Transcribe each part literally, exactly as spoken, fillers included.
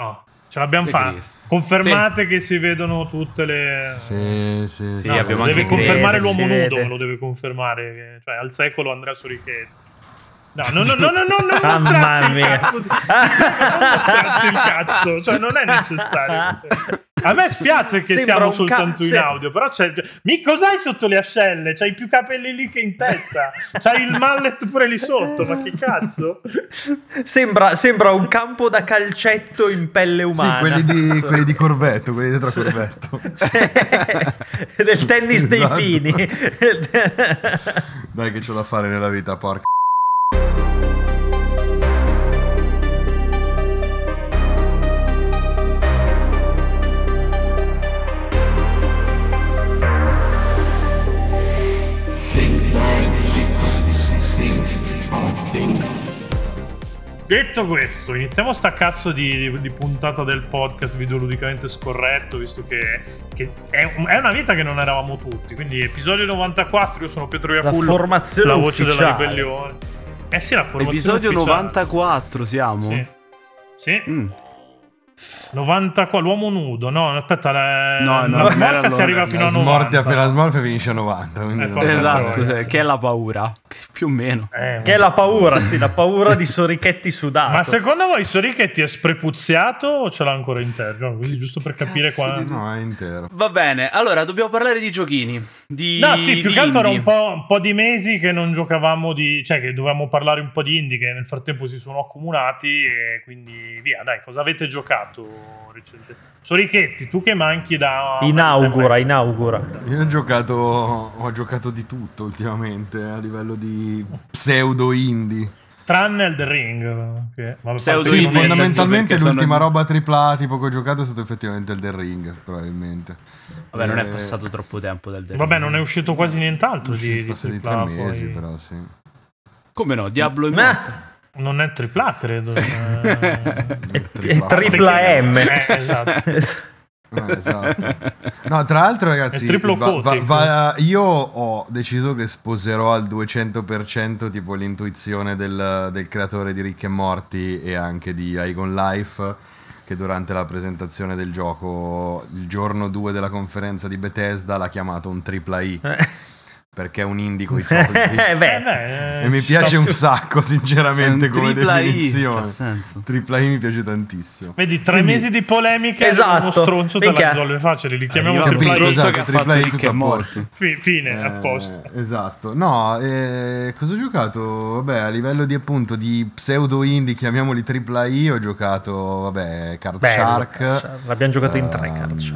Oh, ce l'abbiamo fatta. Confermate sì. che si vedono tutte le... Sì, sì, sì. No, abbiamo deve anche confermare crede, l'uomo nudo, me lo deve confermare. Che, cioè, al secolo Andrea Sorichetti. No, no, no, no, no, no, non mostrarci il cazzo. Non mostrarci il cazzo. Cioè, non è necessario. A me spiace che Sembra siamo soltanto ca- in audio, però c'è... Mi cos'hai sotto le ascelle? C'hai più capelli lì che in testa. C'hai il mallet pure lì sotto, ma che cazzo? Sembra, sembra un campo da calcetto in pelle umana. Sì, quelli di, quelli di Corvetto, quelli dietro a Corvetto. Del tennis esatto. dei pini. Dai che c'ho da fare nella vita, porca. Detto questo, iniziamo sta cazzo di, di, di puntata del podcast videoludicamente scorretto, visto che, che è, è una vita che non eravamo tutti. Quindi episodio novantaquattro, io sono Pietro Iacullo, la formazione la voce ufficiale. della ribellione. Eh sì, la formazione episodio ufficiale. novantaquattro siamo? Sì, sì. Mm. novanta qua, l'uomo nudo. No, aspetta, la, no, no, la Smorfia si arriva fino a novanta. La Smorfia finisce a novanta. Ecco, esatto, cioè, che è la paura, più o meno. Eh, che è la paura, sì, la paura di Sorichetti sudato. Ma secondo voi Sorichetti è sprepuzziato o ce l'ha ancora intero? Quindi giusto per capire qua. Di... No, è intero. Va bene, allora dobbiamo parlare di giochini. Di, no, sì, più di che altro era indie. un po', un po' di mesi che non giocavamo di. Cioè, che dovevamo parlare un po' di indie, che nel frattempo si sono accumulati. E quindi via, dai, cosa avete giocato recentemente? Sorichetti, tu che manchi da. Inaugura, inaugura. Io ho giocato. Ho giocato di tutto ultimamente a livello di pseudo indie. Tranne Elden Ring. Che, ma pseudo sì, fondamentalmente l'ultima sono... roba tripla tipo che ho giocato è stato effettivamente Elden Ring, probabilmente. Vabbè, eh... non è passato troppo tempo del Elden Ring. Vabbè, non è uscito quasi nient'altro di, di tre mesi, poi... però sì. Come no? Diablo e morto. Non è tripla, credo. è, è tripla M. Eh, esatto. No, esatto. No, tra l'altro, ragazzi, va, va, va, io ho deciso che sposerò al duecento per cento tipo l'intuizione del, del creatore di Rick e Morty e anche di Igon Life, che durante la presentazione del gioco il giorno due della conferenza di Bethesda l'ha chiamato un tripla I. Perché è un indie coi soldi eh beh, e mi piace un sacco sinceramente un come definizione. I, tripla I mi piace tantissimo. Vedi, tre Quindi, mesi di polemica, esatto, uno stronzo te la risolve facile, li chiamiamo eh, tripla I. Esatto, che ha tripla fatto I tutto a posto. F- fine, eh, a posto. Esatto. No, eh, cosa ho giocato? Vabbè, a livello di appunto di pseudo indie, chiamiamoli tripla I, ho giocato vabbè, Card Bello, Shark. L'abbiamo giocato in tre, um, Card Shark.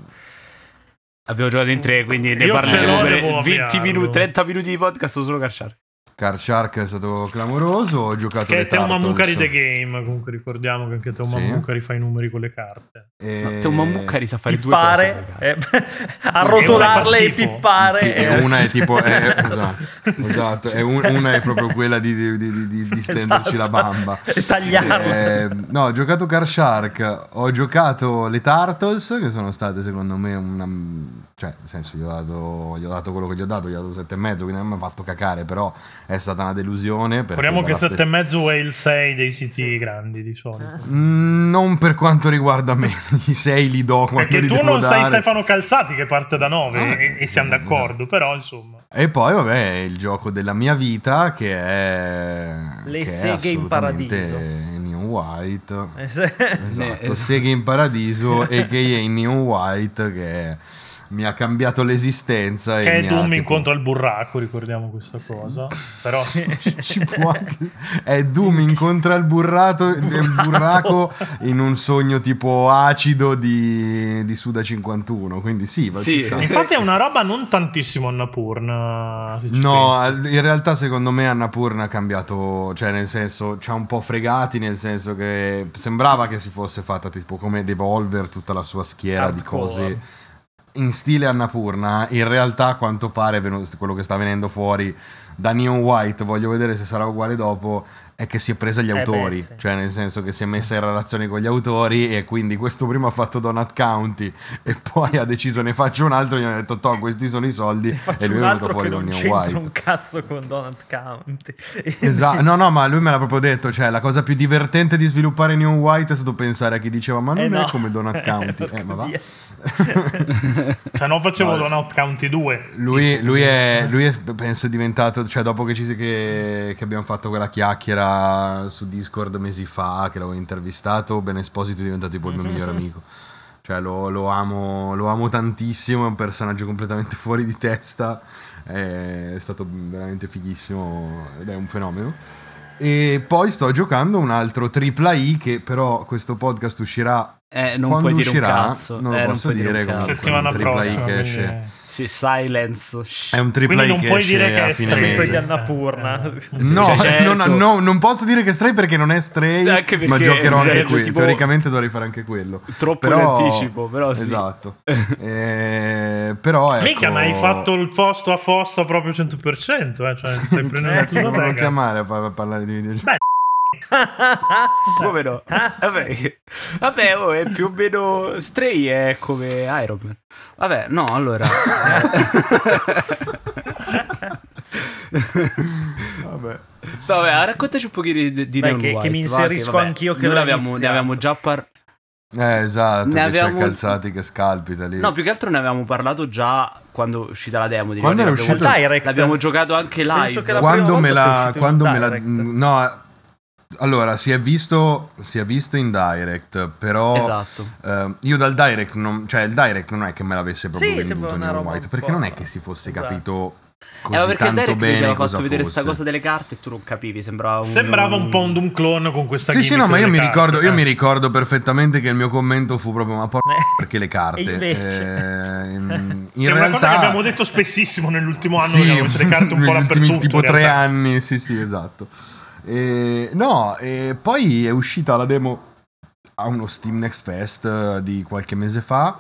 Abbiamo giocato in tre, quindi ne Io parleremo per devo venti avviarlo. minuti, trenta minuti di podcast solo Card Shark. Card Shark è stato clamoroso, ho giocato Che le è Teo Turtles. Mammucari The Game, comunque ricordiamo che anche Teo Sì. Mammucari fa i numeri con le carte. E... No, Teo Mammucari sa fare due pippare, cose. Eh, arrotolarle e pippare. Sì, e... e una è tipo è, esatto, esatto è un, una è proprio quella di, di, di, di, di stenderci esatto. la bamba e tagliarla. eh, no, ho giocato Card Shark, ho giocato le Turtles che sono state secondo me una, cioè nel senso gli ho dato, gli ho dato quello che gli ho dato, gli ho dato sette e mezzo, quindi non mi ha fatto cacare, però è stata una delusione. Ricordiamo che sette e mezzo è il sei dei siti grandi di solito. Mm, non per quanto riguarda me, i sei li do quando perché li tu devo non dare. sei Stefano Calzati che parte da nove ah, e, e siamo d'accordo, esatto. però insomma. E poi vabbè il gioco della mia vita che è le che seghe è in paradiso, Neon White, eh, se... esatto, seghe in paradiso e che è Neon White che è mi ha cambiato l'esistenza che e è mi Doom ha, tipo... incontro al burraco, ricordiamo questa cosa, però sì, ci può anche... è Doom incontra il burrato il burraco in un sogno tipo acido di, di Suda cinquantuno, quindi sì, va, sì. ci sta. Infatti è una roba non tantissimo Annapurna, se ci no, pensi. in realtà secondo me Annapurna ha cambiato, cioè nel senso ci ha un po' fregati, nel senso che sembrava che si fosse fatta tipo come Devolver tutta la sua schiera Hardcore. Di cose in stile Annapurna. In realtà a quanto pare quello che sta venendo fuori da Neon White, voglio vedere se sarà uguale dopo, è che si è presa gli Eh autori, beh, sì. cioè nel senso che si è messa in relazione con gli autori e quindi questo prima ha fatto Donut County e poi ha deciso ne faccio un altro e gli hanno detto toh, questi sono i soldi Faccio e lui un è venuto altro fuori che con non Neon c'entra White. un cazzo con Donut County. Esatto, no no ma lui me l'ha proprio detto, cioè la cosa più divertente di sviluppare Neon White è stato pensare a chi diceva ma non Eh è no. come Donut County, eh, ma va. Cioè non facevo No. Donut County due. Lui, lui, è, lui è penso è diventato, cioè dopo che, ci, che, che abbiamo fatto quella chiacchiera su Discord mesi fa, che l'avevo intervistato, Ben Esposito è diventato tipo il mio migliore amico. Cioè lo, lo amo lo amo tantissimo, è un personaggio completamente fuori di testa, è stato veramente fighissimo ed è un fenomeno. E poi sto giocando un altro tripla I che però questo podcast uscirà Eh, non quando puoi dire uscirà, un cazzo. non lo Eh, non posso puoi dire dire, un cazzo. comunque Settimana un tripla I prossima. che quindi- esce. Sì, silence. È un tripla Quindi I non che puoi esce dire che a è fine Stray. Sempre di mese. Annapurna. No, Cioè, certo. non, no, non posso dire che Stray perché non è Stray, Anche perché ma giocherò anche sarebbe qui. tipo Teoricamente dovrei fare anche quello. Troppo Però- in anticipo, però sì. Esatto. Eh, però ecco... Mica, ma hai fatto il posto a fossa proprio cento per cento, eh? Cioè stai prendendo Eh, tutto Non da lo te. chiamare a pa- parlare di videogiochi. Beh, Come no? Vabbè, vabbè oh, è più o meno Stray è come Iron Man. Vabbè, no, allora. Vabbè. Vabbè, raccontaci un pochino di, di Dai, Neon che- White, che mi va, inserisco vabbè, anch'io che noi l'ho l'abbiamo- ne iniziato. avevamo già parlato. Eh, esatto, Ne che avevamo- c'è Calzati che scalpita lì. No, più che altro ne avevamo parlato già quando è uscita la demo. ti Quando ricordi? era L'abbiamo- uscito- Direct. L'abbiamo giocato anche Penso live. che la quando prima me volta sia la uscito in quando me la direct. no allora si è visto si è visto in direct però Esatto. eh, io dal direct non, cioè il direct non è che me l'avesse proprio Sì, sembra venduto una Neon roba White un perché po'. non è che si fosse Esatto. capito Eh, così ma perché tanto Derek mi bene aveva cosa fatto vedere fosse. sta cosa delle carte e tu non capivi, sembrava un... sembrava un po' un Doom clone con questa sì sì gimmick no ma io delle mi carte, ricordo io eh. mi ricordo perfettamente che il mio commento fu proprio ma porca Eh. perché le carte E invece? Eh, in, in Che è una realtà cosa che abbiamo detto spessissimo nell'ultimo anno, sì, che avevano le carte un po' negli ultimi dappertutto. tipo in tre realtà. anni, sì sì esatto. E, no, e poi è uscita la demo a uno Steam Next Fest eh, di qualche mese fa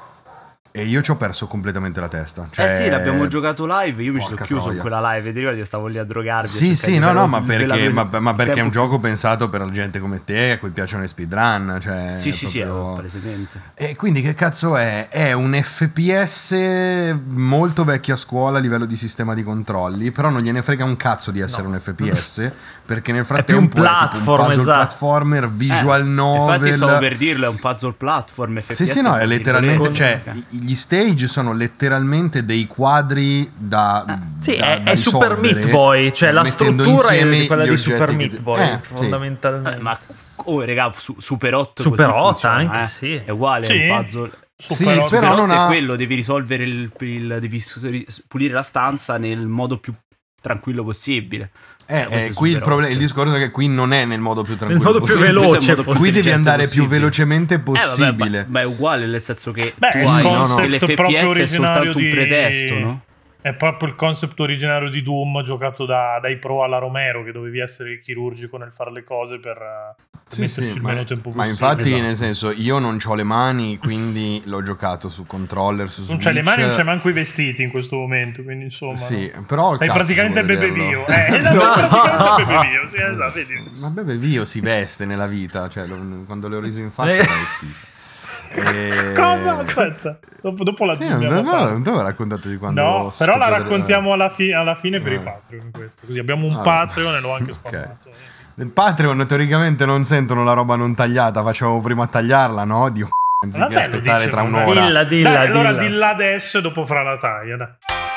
e io ci ho perso completamente la testa. Cioè, Eh sì, l'abbiamo giocato live, io mi ci sono porca chiuso troia. in quella live, ti ricordi io stavo lì a drogarmi. a Sì, cercare sì, di no, fare no, lo- ma il perché, velo- ma, ma perché è un tempo gioco pensato per gente come te a cui piacciono le speedrun. Cioè, più- Sì, sì, sì, proprio- eh, palesemente. E quindi che cazzo è? È un F P S molto vecchio a scuola a livello di sistema di controlli, però non gliene frega un cazzo di essere No. un F P S, perché nel più un frattempo è, tipo platform, un puzzle esatto. platformer, visual Eh, novel. Infatti stavo per dirlo, è un puzzle platform F P S. Sì, sì, no, è tra letteralmente, virgolette. cioè, i- gli stage sono letteralmente dei quadri da, Sì, da- è, da è Super risolvere, Meat Boy, cioè la mettendo struttura è insieme di quella gli di Super oggetti Meat che- Boy, Eh, sì. fondamentalmente. Eh, ma oh, raga, su- Super otto Super così otto funziona, anche, eh. sì. È uguale, Sì. è un puzzle. Sì, Super otto. però Super non otto ha- è quello, devi risolvere il, il devi su- pulire la stanza nel modo più tranquillo possibile. Eh, questo eh, è qui il, Super problema, otto. il discorso è che qui non è nel modo più tranquillo modo più possibile. veloce Questo è il modo più Qui devi efficiente andare più possibile. velocemente Eh, vabbè, possibile. ma, ma è uguale, nel senso che Beh, tu il hai no, no. che l'F concept P proprio S è originario soltanto un di- pretesto, no? È proprio il concept originario di Doom giocato da- dai pro alla Romero, che dovevi essere chirurgico nel fare le cose per, eh, per Sì, metterci sì, il ma, meno tempo ma possibile. infatti Esatto. nel senso io non ho le mani, quindi l'ho giocato su controller, su Non Switch. c'hai le mani, non c'hai manco i vestiti in questo momento, quindi insomma... Sì, no. però Sei cazzo, praticamente devo Bebe vederlo. Vio. Eh, esatto, No. sei praticamente Bebe Vio. Sì, esatto, vedi. Ma Bebe Vio si veste nella vita, cioè lo- quando le ho riso in faccia Eh. era vestito. E... Cosa? Aspetta, dopo, dopo la Sì, non zoomiamo a non- parte. non te l'avevo raccontato di quando No, ho però la studiato- raccontiamo alla, fi- alla fine per Eh. i Patreon questo. Così abbiamo un Ah, Patreon e l'ho anche ok. spammato. Nel Patreon teoricamente non sentono la roba non tagliata, facciamo prima a tagliarla, no? Dio anziché Vabbè, lo aspettare dice, tra vabbè. un'ora. Dilla, dilla, Dai, allora dilla. dilla adesso e dopo farà la taglia, dai.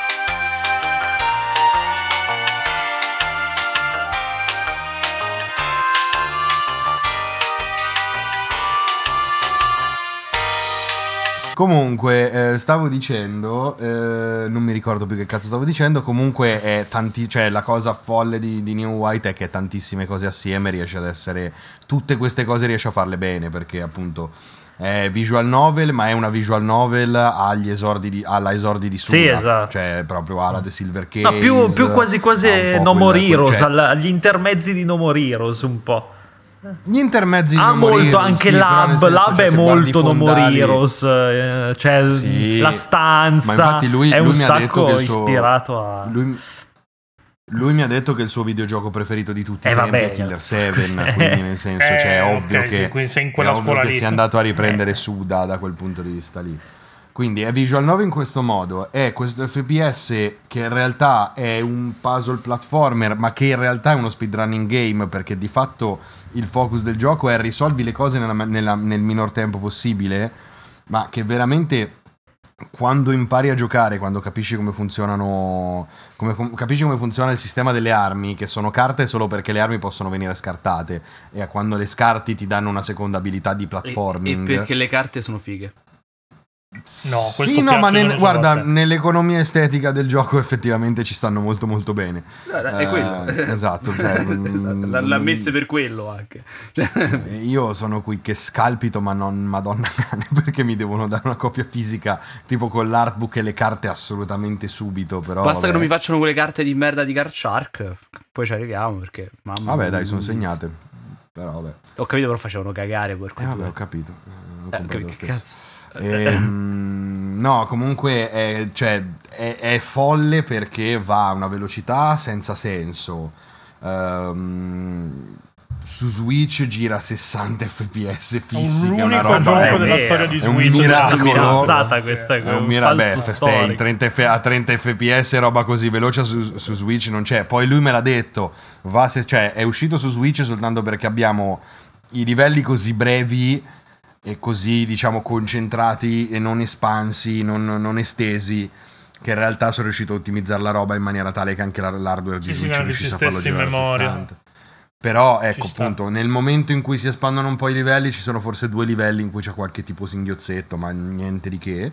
Comunque, eh, stavo dicendo, eh, non mi ricordo più che cazzo stavo dicendo. Comunque, è tanti, cioè, la cosa folle di, di Neon White è che tantissime cose assieme riesce ad essere. Tutte queste cose riesce a farle bene perché, appunto, è visual novel, ma è una visual novel agli esordi di, alla esordi di Suda. Sì, esatto. Cioè, proprio alla The Silver Case. No, più, più quasi quasi ha un po' No quel- More quel- Heroes, cioè, al- agli intermezzi di No More Heroes un po'. Gli intermezzi di Ha No More molto Heroes, anche sì, però nel Lab, senso, Lab cioè, è se guardi molto i No More fondali- Heroes, eh, c'è Sì, la stanza, ma infatti lui, è lui un mi ha detto sacco che il suo- ispirato a... lui, Lui mi ha detto che il suo videogioco preferito di tutti i eh, tempi vabbè. è Killer seven, quindi nel senso, eh, cioè, è ovvio okay, che, sì, sei in quella è ovvio che lì. sia andato a riprendere eh. su da, da quel punto di vista lì. Quindi è Visual Novel in questo modo, è questo F P S che in realtà è un puzzle platformer, ma che in realtà è uno speedrunning game, perché di fatto il focus del gioco è risolvi le cose nella, nella, nel minor tempo possibile, ma che veramente... quando impari a giocare, quando capisci come funzionano, come fun- capisci come funziona il sistema delle armi, che sono carte solo perché le armi possono venire scartate, e a quando le scarti ti danno una seconda abilità di platforming. E, e perché le carte sono fighe. No, sì, no, ma nel, guarda, nell'economia estetica del gioco effettivamente ci stanno molto molto bene. No, è eh, quello. Esatto, cioè, esatto. L'ha messe per quello anche. Io sono qui che scalpito, ma non madonna cane, perché mi devono dare una copia fisica tipo con l'artbook e le carte assolutamente subito. Però basta vabbè. che non mi facciano quelle carte di merda di Card Shark, poi ci arriviamo perché mamma vabbè dai, sono segnate. Però vabbè. Ho capito, però facevano cagare per eh, vabbè, ho capito. Ho eh, che, che cazzo. Ehm, no, comunque è, cioè, è, è folle perché va a una velocità senza senso. Um, su Switch gira sessanta F P S fissi, che è una roba, gioco è, della storia di è un Switch. miracolo. Questa è un miracolo. Stai in trenta F- a trenta F P S, roba così veloce su, su Switch non c'è. Poi lui me l'ha detto, va se, cioè, è uscito su Switch soltanto perché abbiamo i livelli così brevi e così, diciamo, concentrati e non espansi, non, non estesi, che in realtà sono riuscito a ottimizzare la roba in maniera tale che anche l'hardware di sì, Switch sì, riuscisse a farlo in girare a memoria. sessanta. Però ecco, sta. appunto, nel momento in cui si espandono un po' i livelli, ci sono forse due livelli in cui c'è qualche tipo singhiozzetto, ma niente di che.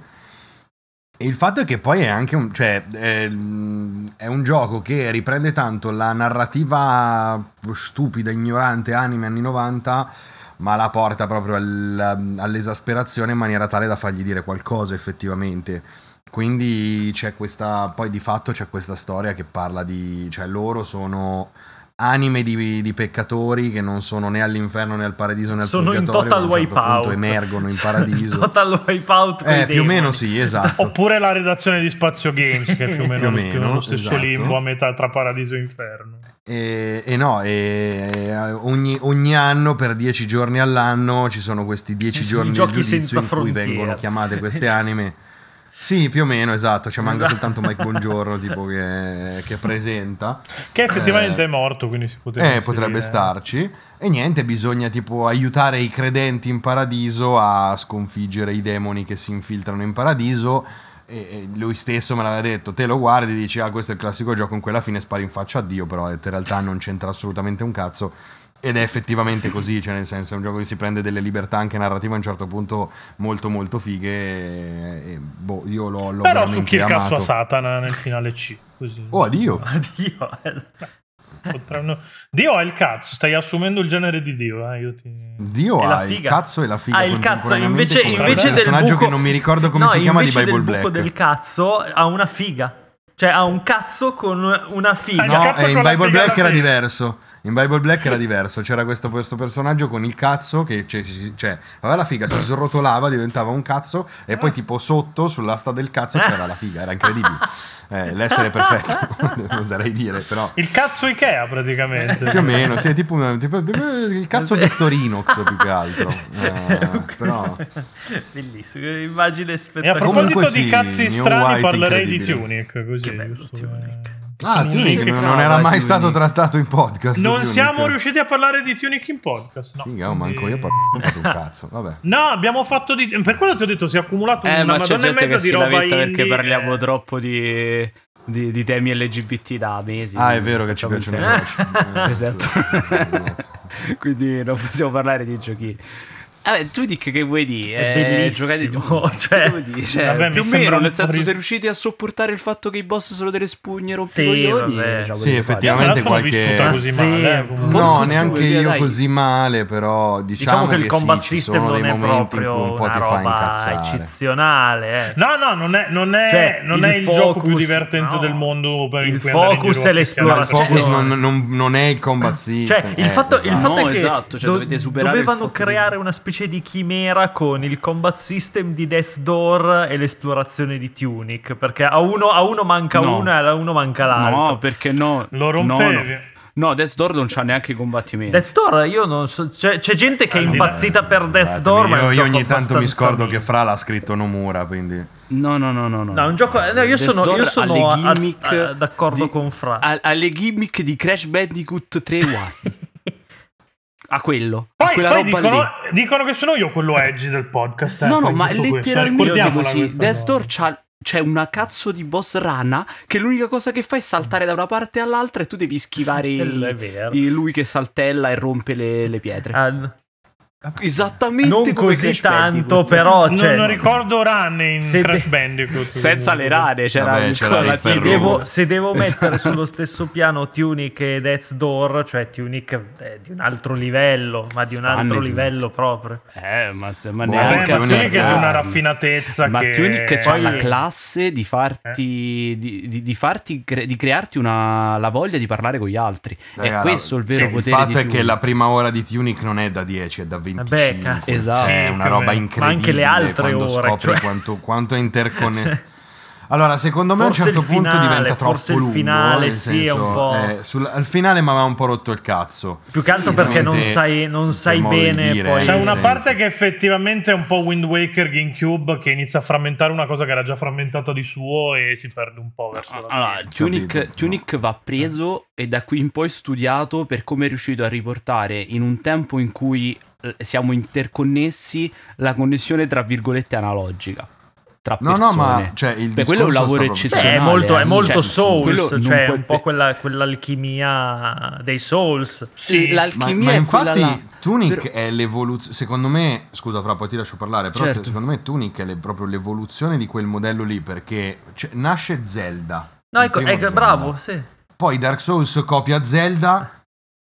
E il fatto è che poi è anche un, cioè, è, è un gioco che riprende tanto la narrativa stupida, ignorante, anime anni novanta, ma la porta proprio al, all'esasperazione in maniera tale da fargli dire qualcosa effettivamente. Quindi c'è questa, poi di fatto c'è questa storia che parla di, cioè loro sono anime di, di peccatori che non sono né all'inferno né al paradiso né al sono purgatorio, in total a un certo wipeout. punto emergono in paradiso. Total wipeout eh, più o meno sì, esatto. Oppure la redazione di Spazio Games, che è più o meno, più o meno, più o meno lo stesso esatto. limbo a metà tra paradiso e inferno. E, e no, e ogni, ogni anno per dieci giorni all'anno ci sono questi dieci giorni di giudizio in cui frontiere. vengono chiamate queste anime. Sì, più o meno, esatto, cioè manca soltanto Mike Bongiorno tipo che, che presenta. Che effettivamente eh, è morto, quindi si potrebbe Eh, potrebbe starci. E niente, bisogna tipo aiutare i credenti in paradiso a sconfiggere i demoni che si infiltrano in paradiso. E lui stesso me l'aveva detto, te lo guardi e dici ah questo è il classico gioco in cui alla fine spari in faccia a Dio, però in realtà non c'entra assolutamente un cazzo. Ed è effettivamente così, cioè nel senso è un gioco che si prende delle libertà anche narrative a un certo punto molto molto fighe e, e boh, io l'ho, l'ho però veramente su chi il amato. cazzo a Satana nel finale C così. Oh addio. Addio. Potranno... Dio ha il cazzo, stai assumendo il genere di Dio, eh? Io ti... Dio E ha la il figa. cazzo e la figa Ah, il cazzo invece, con invece un del personaggio buco... che non mi ricordo come no, si chiama di invece Bible del Black. buco del cazzo ha una figa. Cioè ha un cazzo con una figa. Ah, No, cazzo eh, in con la Bible figa Black alla era fine. diverso. In Bible Black era diverso. C'era questo, questo personaggio con il cazzo che cioè, cioè aveva la figa, si srotolava, diventava un cazzo e poi tipo sotto sull'asta del cazzo c'era la figa, era incredibile. Eh, l'essere perfetto, oserei dire, però Il cazzo Ikea praticamente. più o meno, sì, è tipo, una- tipo- tipo il cazzo Victorinox più che altro. Eh, però Bellissimo, immagine E a spettacolare. proposito Comunque di sì, cazzi New strani White parlerei di incredibile. Tunic, così, Che bello, giusto, Tunic. eh. Ah, Tunic, Tunic che non era mai Tunic. stato trattato in podcast. Non Tunic. siamo riusciti a parlare di Tunic in podcast, no. Figa, oh, manco io Quindi- ho fatto un cazzo, vabbè. No, abbiamo fatto di... Per quello ti ho detto, si è accumulato Eh, una ma c'è madonna e gente mezza che di si roba lamenta indie, perché parliamo eh. troppo di, di, di temi L G B T da mesi. Ah, è vero che ci Facciamo piacciono i il flash. Eh, Esatto. esatto. Quindi non possiamo parlare di giochi. Vabbè, tu dici che vuoi dire? È Eh, bellissimo, giocate- cioè- che vuoi dire? Cioè, Vabbè, più o mi sembra meno, un nel po' senso, ris- siete riusciti a sopportare il fatto che i boss sono delle spugne Sì, rompicoglioni? vabbè. Cioè, Sì, volete effettivamente Io non la sono qualche- vissuta Ma così sì, male, eh, comunque. No, Porco neanche due, io dai. così male, però diciamo, Diciamo che il combat sì, ci system sono non dei è momenti in proprio cui un po' una ti fa roba incazzare. eccezionale. Eh. No, no, non è, non è, Cioè, non il è il gioco più focus- divertente no. del mondo per Il in cui andare in focus giro è a Ma il l'esplorazione. focus picchiare. non, non- non è il combat system. Cioè, il eh, fatto, il esatto. fatto No, è che esatto, cioè, do- dovete superare il dovevano fatto creare di- una specie specie di chimera con il combat system di Death's Door e l'esplorazione di Tunic, perché a uno, a uno manca no. uno e a uno manca l'altro. No, perché no. Lo rompevi. No, no. No, Death's Door non c'ha neanche i combattimenti. Death's Door, io non so. C'è, c'è gente che è impazzita per Death's Door, ma io, io ogni tanto abbastanza... mi scordo che Fra l'ha scritto Nomura, quindi. No, no, no, no. No, no un gioco. No, io sono, io sono a, a, d'accordo di, con Fra. A, alle gimmick di Crash Bandicoot tre uguali. A quello. Poi, a quella poi roba dicono, lì. dicono che sono io quello edgy del podcast. Eh, no, no, poi ma letteralmente questo, così. Death's Door c'ha. C'è una cazzo di boss rana che l'unica cosa che fa è saltare da una parte all'altra e tu devi schivare i, i, lui che saltella e rompe le, le pietre. Ah, esattamente non come così Crash tanto, Bandicoot. però non, cioè, non ricordo run in se Crash de- Bandicoot senza le rane c'era, Vabbè, c'era la se, devo, se devo mettere sullo stesso piano Tunic e Death's Door, cioè Tunic è di un altro livello, ma di un Spanni altro Tunic. livello proprio. Eh, ma, se, ma Boh, neanche Vabbè, ma Tunic Tunic è di è- una raffinatezza ma che Tunic c'ha Poi- la classe di farti di, di, di farti cre- di crearti una la voglia di parlare con gli altri. Raga, è questo il vero cioè, potere il fatto di è che Tunic. la prima ora di Tunic non è da dieci, è da venticinque. Vabbè, cazzo. Esatto. È Sì, una più o roba meno. incredibile. Ma anche le altre quando ore, scopri cioè- quanto, quanto è interconnesso. Allora, secondo me a un Forse certo il punto finale, diventa troppo forse il lungo. finale, nel sì, è un senso, po'- eh, sul, al finale mi aveva un po' rotto il cazzo. Più che altro perché non Veramente, sai, non sai per modo di bene dire, poi. c'è nel una senso. parte che effettivamente è un po' Wind Waker GameCube, che inizia a frammentare una cosa che era già frammentata di suo e si perde un po' verso la Allora, fine. Tunic, Capito. Tunic va preso e da qui in poi studiato per come è riuscito a riportare in un tempo in cui eh, siamo interconnessi la connessione tra virgolette analogica tra No, persone. no, ma cioè, il Beh, quello è un discorso lavoro sta proprio- eccezionale. Beh, è molto, è eh. molto Cioè, Souls, quello non cioè puoi un po' pe- quella, quell'alchimia dei Souls. Sì, Ma, l'alchimia ma è infatti quella là. Tunic Però- è l'evoluzione. Secondo me, scusa, Fra, poi ti lascio parlare. Però Certo. secondo me Tunic è le- proprio l'evoluzione di quel modello lì. Perché cioè, nasce Zelda. No, il ecco, primo ecco, Zelda. bravo, sì. Poi Dark Souls copia Zelda.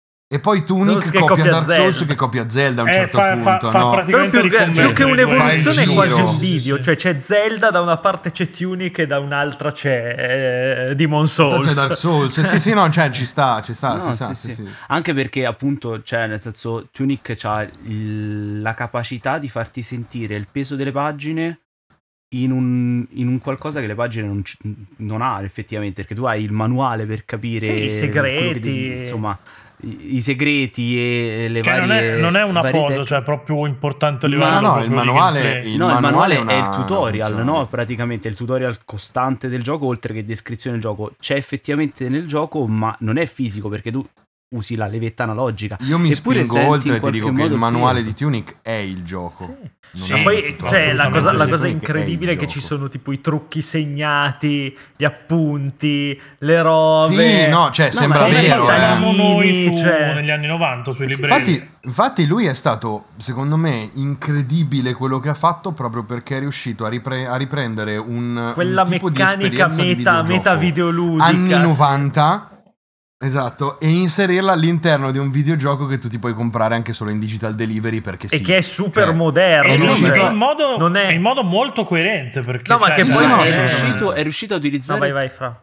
E poi Tunic Souls che copia copia Dark Zelda. Souls che copia Zelda a un Eh, certo fa- fa- punto. fa no? praticamente Però più che, ricommettere più che i due. un'evoluzione Fai è il quasi giro. un video, cioè c'è Zelda, da una parte c'è Tunic e da un'altra c'è eh, Demon Souls. C'è Dark Souls. Sì, sì, no, cioè ci sta, ci sta, No, si sì, sa, sì. sì, sì. Anche perché appunto, cioè nel senso, Tunic ha il- la capacità di farti sentire il peso delle pagine in un, in un qualcosa che le pagine non, c- non ha effettivamente, perché tu hai il manuale per capire Sì, i quello segreti. che devi- insomma i, i segreti e le Che varie non è, non è una varie posa, tecniche. cioè è proprio importante a Ma livello no, proprio il di manuale- gameplay. il no, il manuale manuale è è, una il tutorial, funzione. no? Praticamente il tutorial costante del gioco, oltre che descrizione del gioco. C'è effettivamente nel gioco, ma non è fisico perché tu usi la levetta analogica. Io mi Eppure spingo senti oltre in e ti dico qualche che il modo manuale peso. di Tunic è il gioco. Sì. Non Sì, è Ma poi, tutto, cioè, la cosa, la cosa assolutamente incredibile è il che ci gioco. sono tipo i trucchi segnati, gli appunti, le robe. Sì, no, cioè, sembra Come vero, facevamo eh. noi su- Cioè- negli anni novanta sui libretti. Infatti, infatti lui è stato, secondo me, incredibile quello che ha fatto proprio perché è riuscito a, ripre- a riprendere un, Quella un tipo di meccanica esperienza di meta, videogioco meta videoludica. anni novanta. Esatto, e inserirla all'interno di un videogioco che tu ti puoi comprare anche solo in digital delivery perché E sì. che è super Cioè, moderno. è E riuscito cioè, a- in modo, non è- in modo molto coerente, perché No, ma cioè, che Sì, poi sì, no, è, sì, riuscito, sì. è riuscito a No, utilizzare vai, vai, Fra.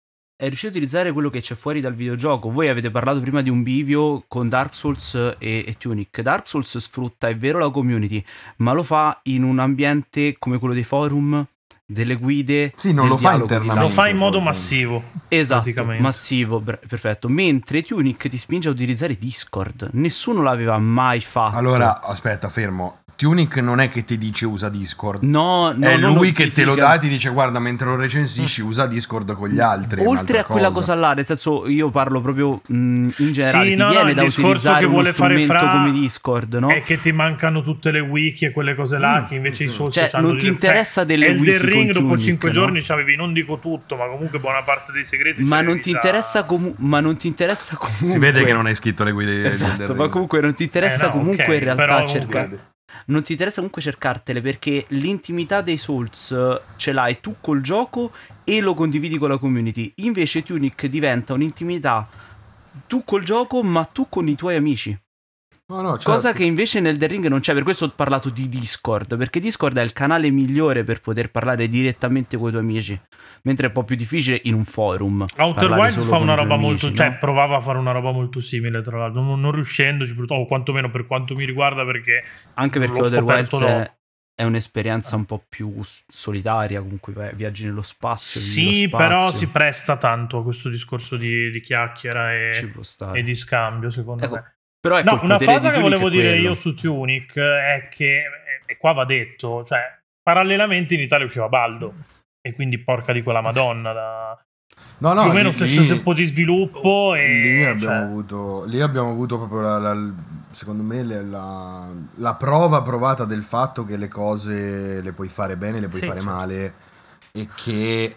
è riuscito a utilizzare quello che c'è fuori dal videogioco. Voi avete parlato prima di un bivio con Dark Souls e, e Tunic. Dark Souls sfrutta, è vero, la community, ma lo fa in un ambiente come quello dei forum, delle guide. Sì, non del lo fa dialogo di internamente. lo fa in modo poi. massivo. Esatto, praticamente. massivo, ber- perfetto. Mentre Tunic ti spinge a utilizzare Discord. Nessuno l'aveva mai fatto. Allora, aspetta, fermo. Tunic non è che ti dice usa Discord. no, no, è no, lui no, che te lo fisica- dà e ti dice guarda, mentre lo recensisci usa Discord con gli altri. è Oltre un'altra a quella cosa là, nel senso, io parlo proprio mh, in generale. Sì, ti no, no, viene il da discorso utilizzare che uno vuole fare strumento Fra come Discord, no? È che ti mancano tutte le wiki e quelle cose là, Mm, che invece sì. i Souls Cioè, c'hanno non gli ti interessa effetti. delle Elden wiki Ring con dopo Tunic, cinque no? giorni c'avevi, non dico tutto, ma comunque buona parte dei segreti. Ma c'avevi non ti già- interessa comu- ma non ti interessa comunque. Si vede che non hai scritto le guide. Esatto, del- ma comunque non ti interessa Eh, no, comunque ok, in realtà però cercare. comunque- Non ti interessa comunque cercartele perché l'intimità dei Souls eh, ce l'hai tu col gioco e lo condividi con la community. Invece Tunic diventa un'intimità tu col gioco, ma tu con i tuoi amici. Oh no, certo. Cosa che invece nel The Ring non c'è, per questo ho parlato di Discord, perché Discord è il canale migliore per poter parlare direttamente con i tuoi amici, mentre è un po' più difficile in un forum. Outer Wilds fa una roba molto, amici, cioè no? provava a fare una roba molto simile, tra l'altro, non, non riuscendoci, o quantomeno per quanto mi riguarda, perché anche perché l'ho Outer Wilds scoperto è, è un'esperienza un po' più solitaria, comunque vai- viaggi nello spazio. vivi sì, lo spazio, però si presta tanto a questo discorso di, di chiacchiera ci e, può stare. e di scambio, secondo Ecco, me. però ecco, No, il una potere cosa di che Tunic volevo è dire quello. io su Tunic è che, e qua va detto, cioè, parallelamente in Italia usciva Baldo, e quindi porca di quella madonna, da No, no, più o meno lì- stesso lì- tempo di sviluppo e... Lì abbiamo, cioè, avuto, lì abbiamo avuto proprio la, la- secondo me le- la, la prova provata del fatto che le cose le puoi fare bene, le puoi Sì, fare certo. male, e che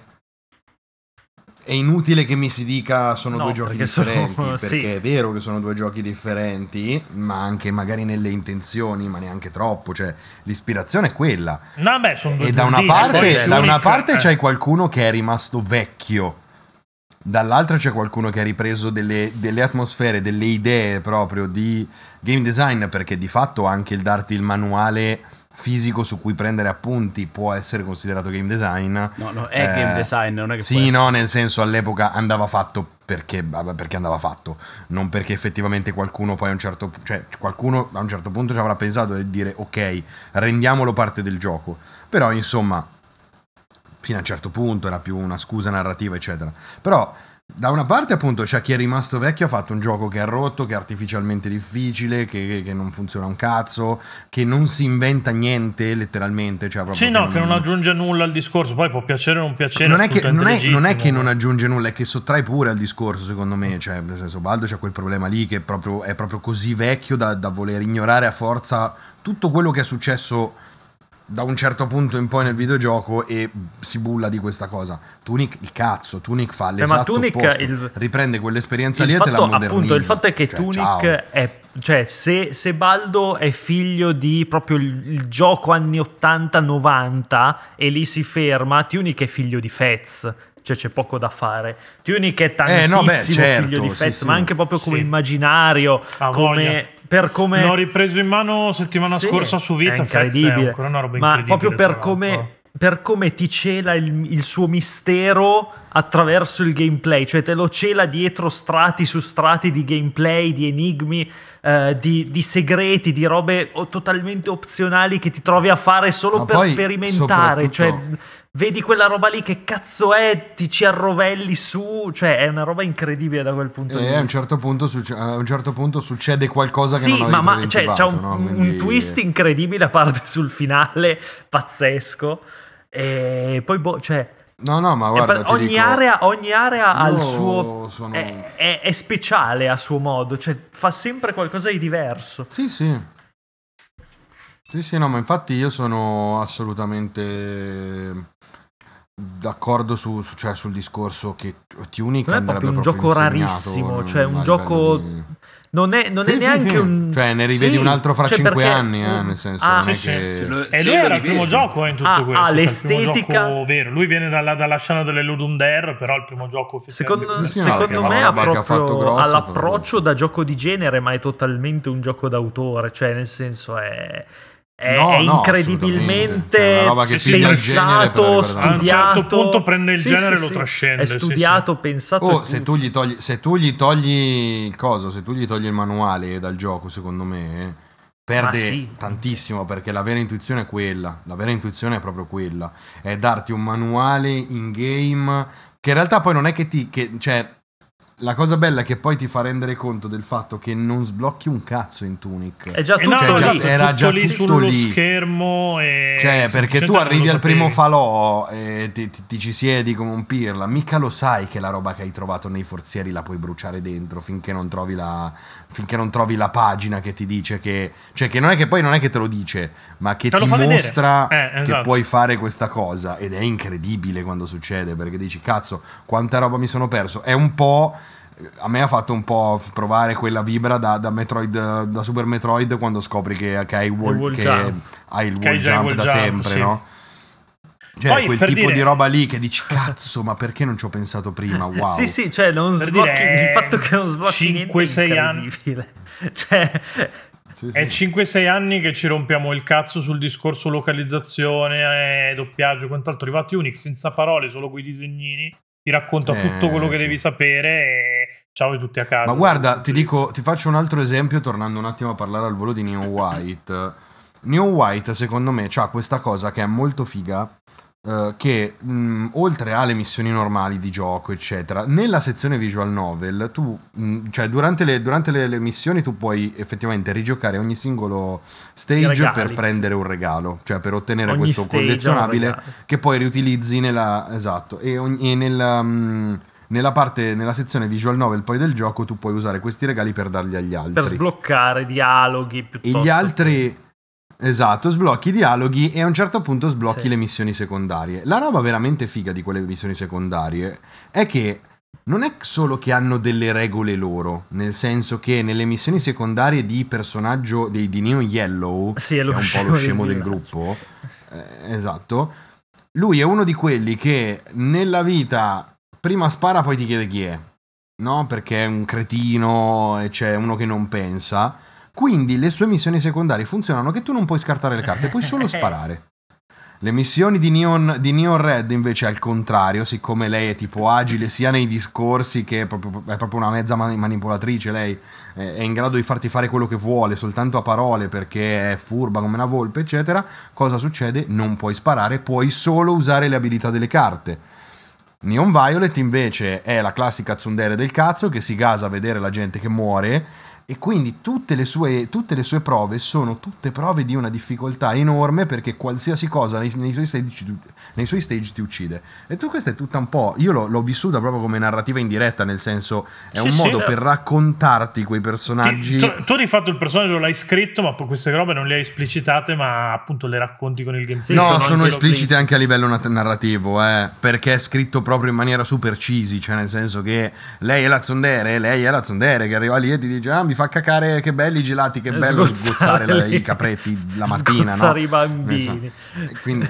è inutile che mi si dica sono No, due giochi perché sono- differenti, sì. perché è vero che sono due giochi differenti, ma anche magari nelle intenzioni, ma neanche troppo, cioè l'ispirazione è quella. no, beh, sono due E da una giardini, poi parte, Tunic, da una parte eh, c'hai qualcuno che è rimasto vecchio, dall'altra c'è qualcuno che ha ripreso delle, delle atmosfere, delle idee proprio di game design, perché di fatto anche il darti il manuale fisico su cui prendere appunti può essere considerato game design. No, no, è Eh, game design, non è che può sì, essere. no, nel senso all'epoca andava fatto perché, vabbè, perché andava fatto, non perché effettivamente qualcuno poi a un certo pu- cioè qualcuno a un certo punto ci avrà pensato di dire ok, rendiamolo parte del gioco. Però insomma, fino a un certo punto era più una scusa narrativa, eccetera. Però da una parte appunto c'è chi è rimasto vecchio, ha fatto un gioco che è rotto, che è artificialmente difficile, che, che non funziona un cazzo, che non si inventa niente letteralmente, cioè proprio sì, no, che non aggiunge nulla al discorso, poi può piacere o non piacere, non è, che, non, è, assolutamente non è che legittimo. non aggiunge nulla, è che sottrae pure al discorso, secondo me. Cioè, nel senso, Baldo c'ha quel problema lì che è proprio, è proprio così vecchio da, da voler ignorare a forza tutto quello che è successo da un certo punto in poi nel videogioco, e si bulla di questa cosa. Tunic, il cazzo, Tunic fa l'esatto Tunic, opposto, il- riprende quell'esperienza il lì e te la fatto, modernizza. appunto, il fatto è che Cioè, Tunic ciao. è, cioè, se, se Baldo è figlio di proprio il, il gioco anni ottanta novanta e lì si ferma, Tunic è figlio di Fez. Cioè c'è poco da fare. Tunic è tantissimo Eh, no, beh, certo, figlio di sì, Fez, sì. ma anche proprio come Sì. immaginario, Ha come, voglia. per come... L'ho ripreso in mano settimana Sì, scorsa su Vita, è Fez è incredibile, ancora una roba ma incredibile, proprio per tra l'altro. come, per come ti cela il, il suo mistero attraverso il gameplay, cioè te lo cela dietro strati su strati di gameplay, di enigmi, eh, di, di segreti, di robe o- totalmente opzionali che ti trovi a fare solo Ma per poi, sperimentare, cioè soprattutto- vedi quella roba lì, che cazzo è, ti ci arrovelli su, cioè è una roba incredibile da quel punto di E vista. a un certo punto, succe- a un certo punto succede qualcosa che Sì, non avevi ma, ma cioè, c'è preventivato, un, no? un Quindi- twist incredibile a parte sul finale, pazzesco. E poi, boh, cioè, No, no, ma è guarda, per- ti ogni, dico- area, ogni area ha Io il suo. sono- È, è- è speciale a suo modo, cioè fa sempre qualcosa di diverso. Sì, sì. Sì, sì, no, ma infatti io sono assolutamente d'accordo su, su- cioè, sul discorso che Tunic Non è andrebbe proprio un proprio gioco insegnato, rarissimo, non- cioè un a gioco. livello di- Non è, non Sì, è sì, neanche sì. un. Cioè, ne rivedi Sì, un altro fra cioè, cinque perché- anni, eh, nel senso, Ah, non è Sì, che... sì. lo- E se lui lo era il primo rivedi- gioco in tutto Ah, questo, ah, cioè, l'estetica- il primo gioco vero. Lui viene dalla, dalla scena delle Ludum Dare, però il primo gioco effettivamente Secondo, Sì, sì, no, secondo perché me la ha roba che ha fatto proprio grossa, all'approccio fa da gioco di genere, ma è totalmente un gioco d'autore, cioè nel senso è, è, No, è no, incredibilmente assolutamente. Cioè, una roba che piglia il genere per pensato, arrivare a un studiato. certo punto prende il Sì, genere sì, e lo sì. trascende, È sì, studiato, pensato. Oh, e se tutto. tu, gli togli, se tu gli togli il coso, se tu gli togli il manuale dal gioco, secondo me perde Ma sì. tantissimo, perché la vera intuizione è quella. La vera intuizione è proprio quella. È darti un manuale in game che in realtà poi non è che ti... Che, cioè, la cosa bella è che poi ti fa rendere conto del fatto che non sblocchi un cazzo in Tunic. È già Eh tutto no, Cioè, già- lì. esatto, era tutto già lì tutto sullo lì. schermo e Cioè, perché tu semplicemente non arrivi lo al primo sapevi. falò e ti, ti- ti ci siedi come un pirla, mica lo sai che la roba che hai trovato nei forzieri la puoi bruciare dentro finché non trovi la, finché non trovi la pagina che ti dice che... Cioè, che non è che poi non è che te lo dice, ma che Te lo ti fa vedere. mostra Eh, che esatto. puoi fare questa cosa. Ed è incredibile quando succede, perché dici, cazzo, quanta roba mi sono perso. È un po'... A me ha fatto un po' provare quella vibra da, da Metroid, da Super Metroid, quando scopri che, che hai il wall, Il wall che jump. hai il Che wall hai già il jump wall da jump, sempre, sì. no? Cioè, Poi, quel per tipo dire- di roba lì che dici, cazzo, ma perché non ci ho pensato prima? Wow. Sì, sì, cioè non Per sblocchi, dire, il fatto che non sblocchi cinque, niente è sei anni. incredibile. Cioè, sì, è sì. cinque sei anni che ci rompiamo il cazzo sul discorso localizzazione, eh, doppiaggio e quant'altro. Arrivato Unix senza parole, solo coi disegnini, ti racconta eh, tutto quello che sì. devi sapere e ciao e tutti a casa. Ma guarda, ti dico, ti faccio un altro esempio tornando un attimo a parlare al volo di Neon White. Neon White secondo me c'ha questa cosa che è molto figa, Uh, che mh, oltre alle missioni normali di gioco eccetera, nella sezione visual novel tu mh, cioè durante, le, durante le, le missioni tu puoi effettivamente rigiocare ogni singolo stage per prendere un regalo, cioè per ottenere ogni questo collezionabile che poi riutilizzi nella esatto e, ogni, e nella, mh, nella parte nella sezione visual novel poi del gioco tu puoi usare questi regali per darli agli altri, per sbloccare dialoghi piuttosto e gli altri che... Esatto, sblocchi i dialoghi e a un certo punto sblocchi sì. le missioni secondarie. La roba veramente figa di quelle missioni secondarie è che non è solo che hanno delle regole loro, nel senso che nelle missioni secondarie di personaggio di, di Neo Yellow, sì, che è un po' lo scemo del gruppo, eh, esatto, lui è uno di quelli che nella vita prima spara poi ti chiede chi è, no? Perché è un cretino e c'è uno che non pensa. Quindi le sue missioni secondarie funzionano che tu non puoi scartare le carte, puoi solo sparare. Le missioni di Neon, di Neon Red invece al contrario, siccome lei è tipo agile sia nei discorsi che è proprio, è proprio una mezza manipolatrice, lei è in grado di farti fare quello che vuole soltanto a parole perché è furba come una volpe eccetera, cosa succede? Non puoi sparare, puoi solo usare le abilità delle carte. Neon Violet invece è la classica tsundere del cazzo che si gasa a vedere la gente che muore. E quindi tutte le sue tutte le sue prove sono tutte prove di una difficoltà enorme perché qualsiasi cosa nei, nei, suoi, stage, nei suoi stage ti uccide. E tu questa è tutta un po'... Io l'ho, l'ho vissuta proprio come narrativa indiretta, nel senso è sì, un modo sì, per raccontarti quei personaggi... Ti, tu, tu hai fatto il personaggio, l'hai scritto, ma poi queste robe non le hai esplicitate, ma appunto le racconti con il gameplay. No, sono, sono esplicite anche a livello narrativo, eh, perché è scritto proprio in maniera super cheesy, cioè nel senso che lei è la tsundere, lei è la tsundere che arriva lì e ti dice ah, mi fa cacare, che belli i gelati, che bello sgozzare, sgozzare i capretti la mattina, sgozzare no? i bambini, quindi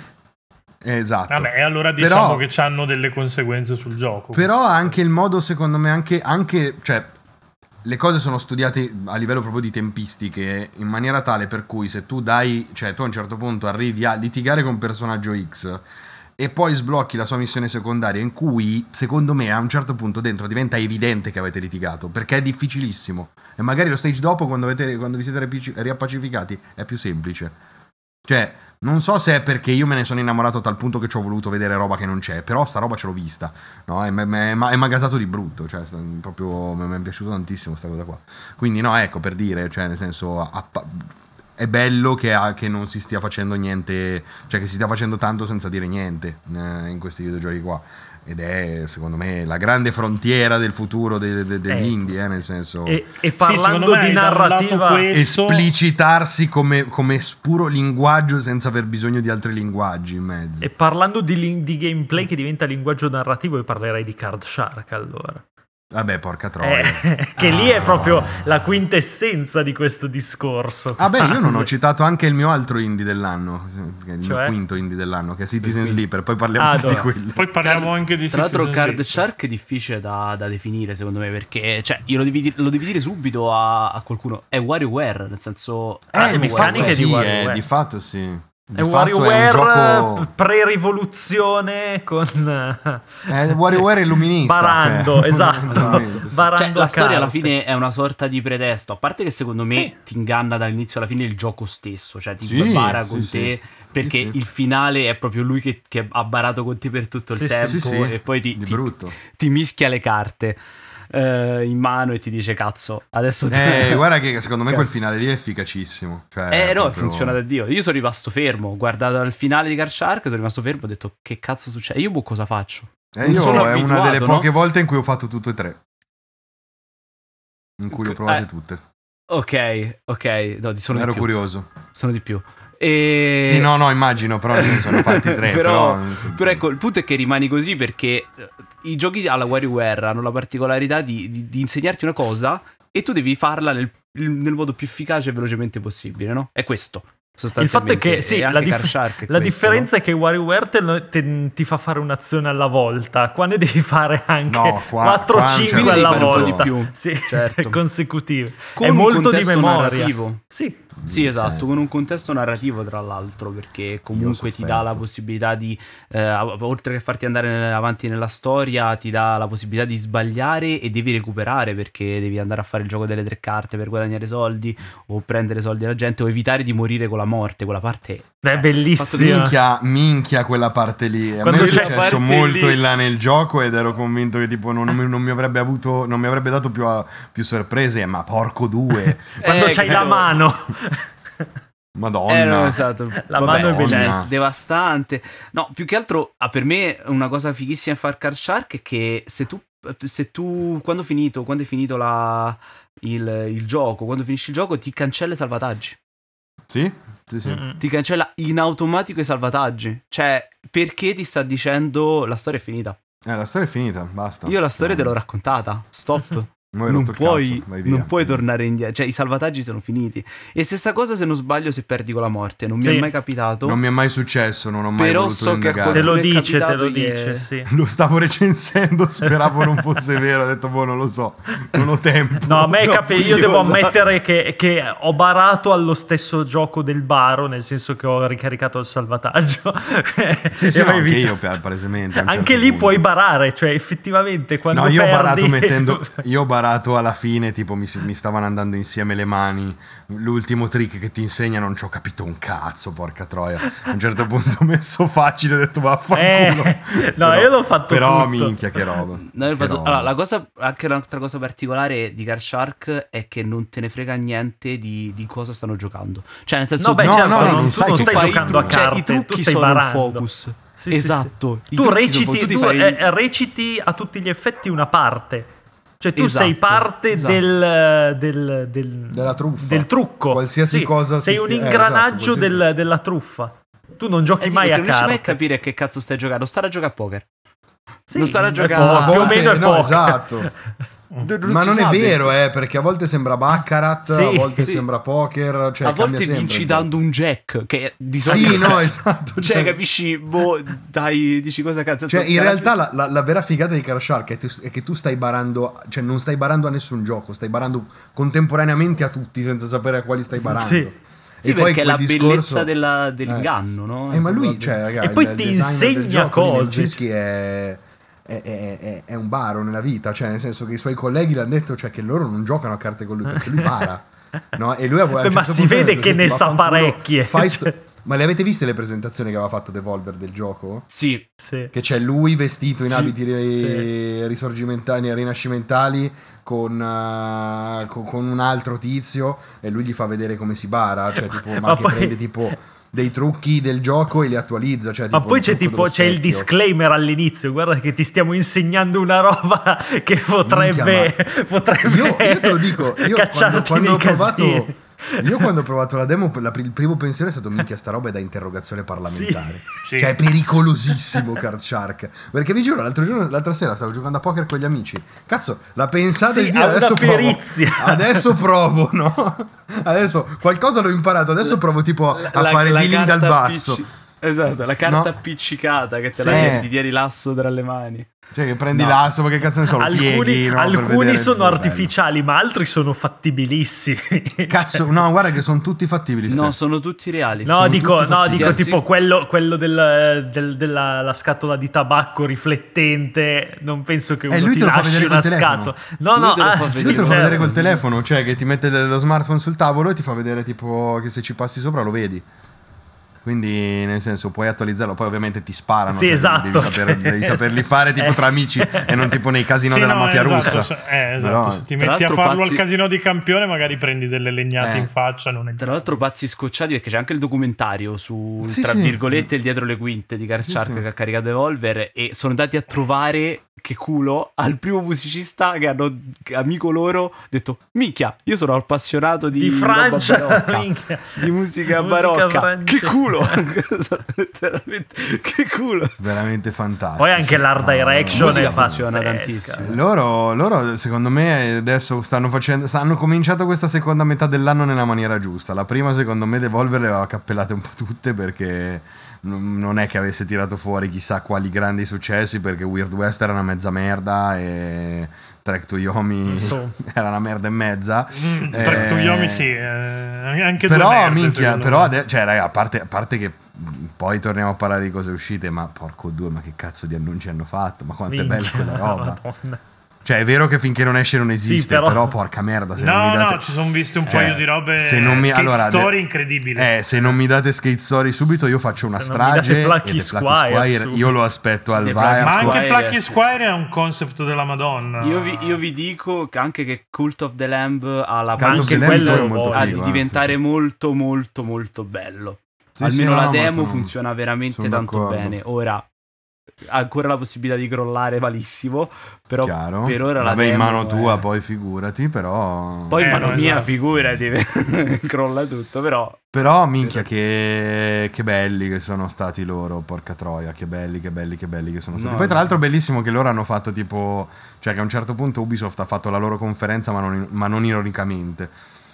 esatto. Vabbè, allora diciamo però, che hanno delle conseguenze sul gioco. Però anche il modo, secondo me, anche, anche cioè le cose sono studiate a livello proprio di tempistiche in maniera tale per cui se tu dai, cioè tu a un certo punto arrivi a litigare con un personaggio X e poi sblocchi la sua missione secondaria in cui secondo me a un certo punto dentro diventa evidente che avete litigato perché è difficilissimo e magari lo stage dopo quando, avete, quando vi siete riappacificati è più semplice, cioè non so se è perché io me ne sono innamorato a tal punto che ci ho voluto vedere roba che non c'è, però sta roba ce l'ho vista, no? E mi è magasato di brutto, cioè proprio mi è piaciuto tantissimo sta cosa qua, quindi no, ecco, per dire, cioè nel senso appa- è bello che, ha, che non si stia facendo niente, cioè che si stia facendo tanto senza dire niente eh, in questi videogiochi qua, ed è secondo me la grande frontiera del futuro de, de, degli eh. indie, eh, nel senso e, e parlando sì, di narrativa questo... esplicitarsi come, come puro linguaggio senza aver bisogno di altri linguaggi in mezzo. E parlando di, di gameplay che diventa linguaggio narrativo, io parlerei di Card Shark allora. Vabbè, porca troia. Eh, che ah. lì è proprio la quintessenza di questo discorso. Vabbè, ah, io non ho citato anche il mio altro indie dell'anno, il cioè? mio quinto indie dell'anno, che è Citizen Sleeper. Poi parliamo ah, anche no. di quello. Poi parliamo Card, anche di Tra l'altro Citizen Card Shark è difficile da, da definire secondo me, perché cioè io lo devi, lo devi dire subito a, a qualcuno. È WarioWare, nel senso... Eh, di fatto, sì, di, eh, di fatto sì. Di è WarioWare gioco... pre-rivoluzione con eh, WarioWare illuminista Barando, cioè. Esatto, Barando cioè, la storia alla fine è una sorta di pretesto, a parte che secondo me sì. ti inganna dall'inizio alla fine il gioco stesso, cioè ti sì, bara con sì, te sì. perché sì, sì. il finale è proprio lui che, che ha barato con te per tutto sì, il tempo sì, sì, e poi ti, di ti, brutto. ti mischia le carte Uh, in mano e ti dice cazzo adesso ti... eh guarda che secondo me quel finale lì è efficacissimo, cioè, eh no proprio... funziona da Dio. Io sono rimasto fermo, ho guardato il finale di Card Shark, sono rimasto fermo, ho detto che cazzo succede, io boh, cosa faccio? Eh, io sono è una delle poche no? volte in cui ho fatto tutte e tre, in cui le ho provate eh, tutte. Ok, ok, no, sono ero di più. curioso, sono di più. E... Sì, no, no, immagino, però ne sono fatti tre. però, però... però ecco, il punto è che rimani così perché i giochi alla WarioWare hanno la particolarità di, di, di insegnarti una cosa e tu devi farla nel, nel modo più efficace e velocemente possibile, no? È questo. Il fatto è che sì, la, dif- la questo, differenza no? è che WarioWare te, te, ti fa fare un'azione alla volta, qua ne devi fare anche no, quattro o cinque alla volta di più, sì, certo. consecutive. Con è molto di memoria. Narrativo. Sì. Sì, esatto, sì. Con un contesto narrativo tra l'altro, perché comunque ti dà la possibilità di, eh, oltre che farti andare avanti nella storia, ti dà la possibilità di sbagliare e devi recuperare, perché devi andare a fare il gioco delle tre carte per guadagnare soldi o prendere soldi alla gente o evitare di morire con la morte. Quella parte è bellissima. Minchia, minchia quella parte lì. A Quando me è successo molto lì. in là nel gioco ed ero convinto che tipo non, non mi avrebbe avuto, non mi avrebbe dato più, a, più sorprese, ma porco due. Quando eh, c'hai credo... la mano. Madonna, eh, no, esatto. La Vabbè, mano è bellissima, cioè, devastante. No, più che altro, ah, per me una cosa fighissima in Far Card Shark è che se tu, se tu quando finito, quando è finito la, il, il gioco, quando finisci il gioco, ti cancella i salvataggi. Sì, sì, sì. Mm-hmm. Ti cancella in automatico i salvataggi. Cioè, perché ti sta dicendo la storia è finita? Eh, la storia è finita, basta. Io la storia eh. te l'ho raccontata. Stop. Non puoi, cazzo, non puoi tornare indietro, cioè i salvataggi sono finiti. E stessa cosa se non sbaglio se perdi con la morte. Non sì. mi è mai capitato. Non mi è mai successo, non ho mai Però voluto so indagare. Te lo dice, te lo dice, sì. Lo stavo recensendo, speravo non fosse vero. Ho detto, boh, non lo so, non ho tempo. No, a me no, capi- io devo ammettere che, che ho barato allo stesso gioco del baro, nel senso che ho ricaricato il salvataggio. Sì, sì, no, anche io palesemente. Anche certo lì punto. puoi barare, cioè effettivamente quando no, io perdi... ho barato mettendo... Io ho barato alla fine, tipo mi, mi stavano andando insieme le mani. L'ultimo trick che ti insegna non ci ho capito un cazzo, porca troia. A un certo punto ho messo facile, ho detto vaffanculo. Eh, no, però, io l'ho fatto però tutto. minchia che roba. No, che fatto, roba. Allora, la cosa, anche un'altra cosa particolare di Card Shark è che non te ne frega niente di, di cosa stanno giocando. Cioè nel senso no, beh, no, certo, no, no, non, non tu sai, non tu stai fai giocando a carte, cioè, i trucchi tu stai sono barando. il focus. Sì, esatto. Sì, sì. Tu, reciti, tu, tu fai... eh, reciti a tutti gli effetti una parte. Cioè tu esatto, sei parte esatto. del, del, del, della truffa, del trucco. Qualsiasi sì, cosa sei un ingranaggio eh, esatto, del, della truffa. Tu non giochi eh, mai sì, a carte. carte. Non riesci mai a capire che cazzo stai giocando. Stare a giocare a poker. Sì, non stare a giocare più o meno è no, poker. Esatto. Non ma non è vero, eh, perché a volte sembra baccarat, sì, a volte sì. sembra poker, cioè a volte sempre, vinci cioè. dando un jack, che di solito sì, no, esatto, cioè, cioè capisci, boh, dai, dici cosa cazzo. Cioè in realtà la, la, la vera figata di Card Shark è, tu, è che tu stai barando, cioè non stai barando a nessun gioco, stai barando contemporaneamente a tutti senza sapere a quali stai barando. Sì. E sì, poi perché è la discorso... bellezza della, dell'inganno, eh. no? Eh, ma lui, cioè, ragazzi, e poi ti insegna cose. È... È, è, è un baro nella vita, cioè nel senso che i suoi colleghi l'hanno detto, cioè che loro non giocano a carte con lui perché lui bara, no? E lui ha, Beh, ma si vede che ne sa parecchie. Sto... Ma le avete viste le presentazioni che aveva fatto Devolver del gioco? Sì, sì. Che c'è lui vestito in sì, abiti sì. risorgimentali, rinascimentali con, uh, con, con un altro tizio e lui gli fa vedere come si bara, cioè tipo ma, ma che poi... prende tipo dei trucchi del gioco e li attualizza, cioè, ma tipo poi c'è tipo c'è il disclaimer all'inizio, guarda che ti stiamo insegnando una roba che potrebbe, Minchia, potrebbe io, io te lo dico, io cacciarti quando, quando nei ho provato casini. Io quando ho provato la demo la, il primo pensiero è stato minchia sta roba è da interrogazione parlamentare, sì, cioè è pericolosissimo Card Shark, perché vi giuro l'altro giorno, l'altra sera stavo giocando a poker con gli amici, cazzo la pensata sì, di dire adesso perizia. provo adesso provo no adesso qualcosa l'ho imparato, adesso provo tipo a la, fare la dealing dal basso appicci- esatto, la carta no? appiccicata che te sì. la ti tieni l'asso tra le mani. Cioè che prendi no. l'asso, ma che cazzo ne so, alcuni, pieghi, no, alcuni sono artificiali, ma altri sono fattibilissimi. Cazzo, cioè... no, guarda che sono tutti fattibili. No, sono tutti reali. No, sono dico, tutti no, dico sì. tipo quello, quello del, del, della la scatola di tabacco riflettente. Non penso che uno eh, ti lasci una scatola. No, lui no, te lo ah, fa sì, vedere, lui te lo fa certo. vedere col telefono, cioè che ti mette lo smartphone sul tavolo e ti fa vedere tipo che se ci passi sopra lo vedi. Quindi nel senso puoi attualizzarlo, poi ovviamente ti sparano, sì, cioè, esatto, devi, saper, cioè, devi saperli fare tipo tra amici e non tipo nei casino sì, della no, mafia esatto, russa. Eh, esatto. Però, se ti metti a farlo pazzi... al casino di campione magari prendi delle legnate eh. in faccia, non è... Tra l'altro pazzi scocciati perché c'è anche il documentario su sì, tra sì. virgolette il dietro le quinte di Card Shark sì, sì. che ha caricato Evolver e sono andati a trovare che culo, al primo musicista che hanno, amico loro, detto minchia, io sono appassionato di, di Francia, barocca, minchia. di musica, musica barocca, francese. Che culo, letteralmente, che culo. Veramente fantastico. Poi anche l'art direction no, è funziona tantissimo. Loro, loro, secondo me, adesso stanno facendo, hanno cominciato questa seconda metà dell'anno nella maniera giusta. La prima, secondo me, Devolver le aveva cappellate un po' tutte, perché non è che avesse tirato fuori chissà quali grandi successi, perché Weird West era una mezza merda e Trek to Yomi so. era una merda e mezza. Mm, eh, Trek to Yomi sì, eh, anche però due merde, minchia, però ade- cioè raga, a parte, a parte che poi torniamo a parlare di cose uscite, ma porco due, ma che cazzo di annunci hanno fatto, ma quanto minchia, è bella quella roba. Madonna. Cioè è vero che finché non esce non esiste, sì, però... però porca merda, se no, non mi date... no, ci sono visti un cioè, paio di robe, se non mi... Skate allora, Story incredibili. Eh, se non mi date Skate Story subito io faccio una se strage non mi date Plucky Squire, Squire io lo aspetto al Vire. Ma anche Plucky Squire è un concept della Madonna. Io vi, io vi dico anche che Cult of the Lamb ha la anche quello molto a figo, di diventare eh, molto molto molto bello. Sì, almeno sì, la no, demo sono, funziona veramente sono tanto d'accordo. bene. Ora ancora la possibilità di crollare malissimo, però chiaro. per ora Vabbè, la demo in mano tua è... poi figurati, però poi in eh, mano no, mia esatto. figurati crolla tutto, però però minchia che... che belli che sono stati loro, porca troia, che belli, che belli, che belli che sono stati. No, Poi tra no. l'altro bellissimo che loro hanno fatto tipo, cioè che a un certo punto Ubisoft ha fatto la loro conferenza ma non, ma non ironicamente.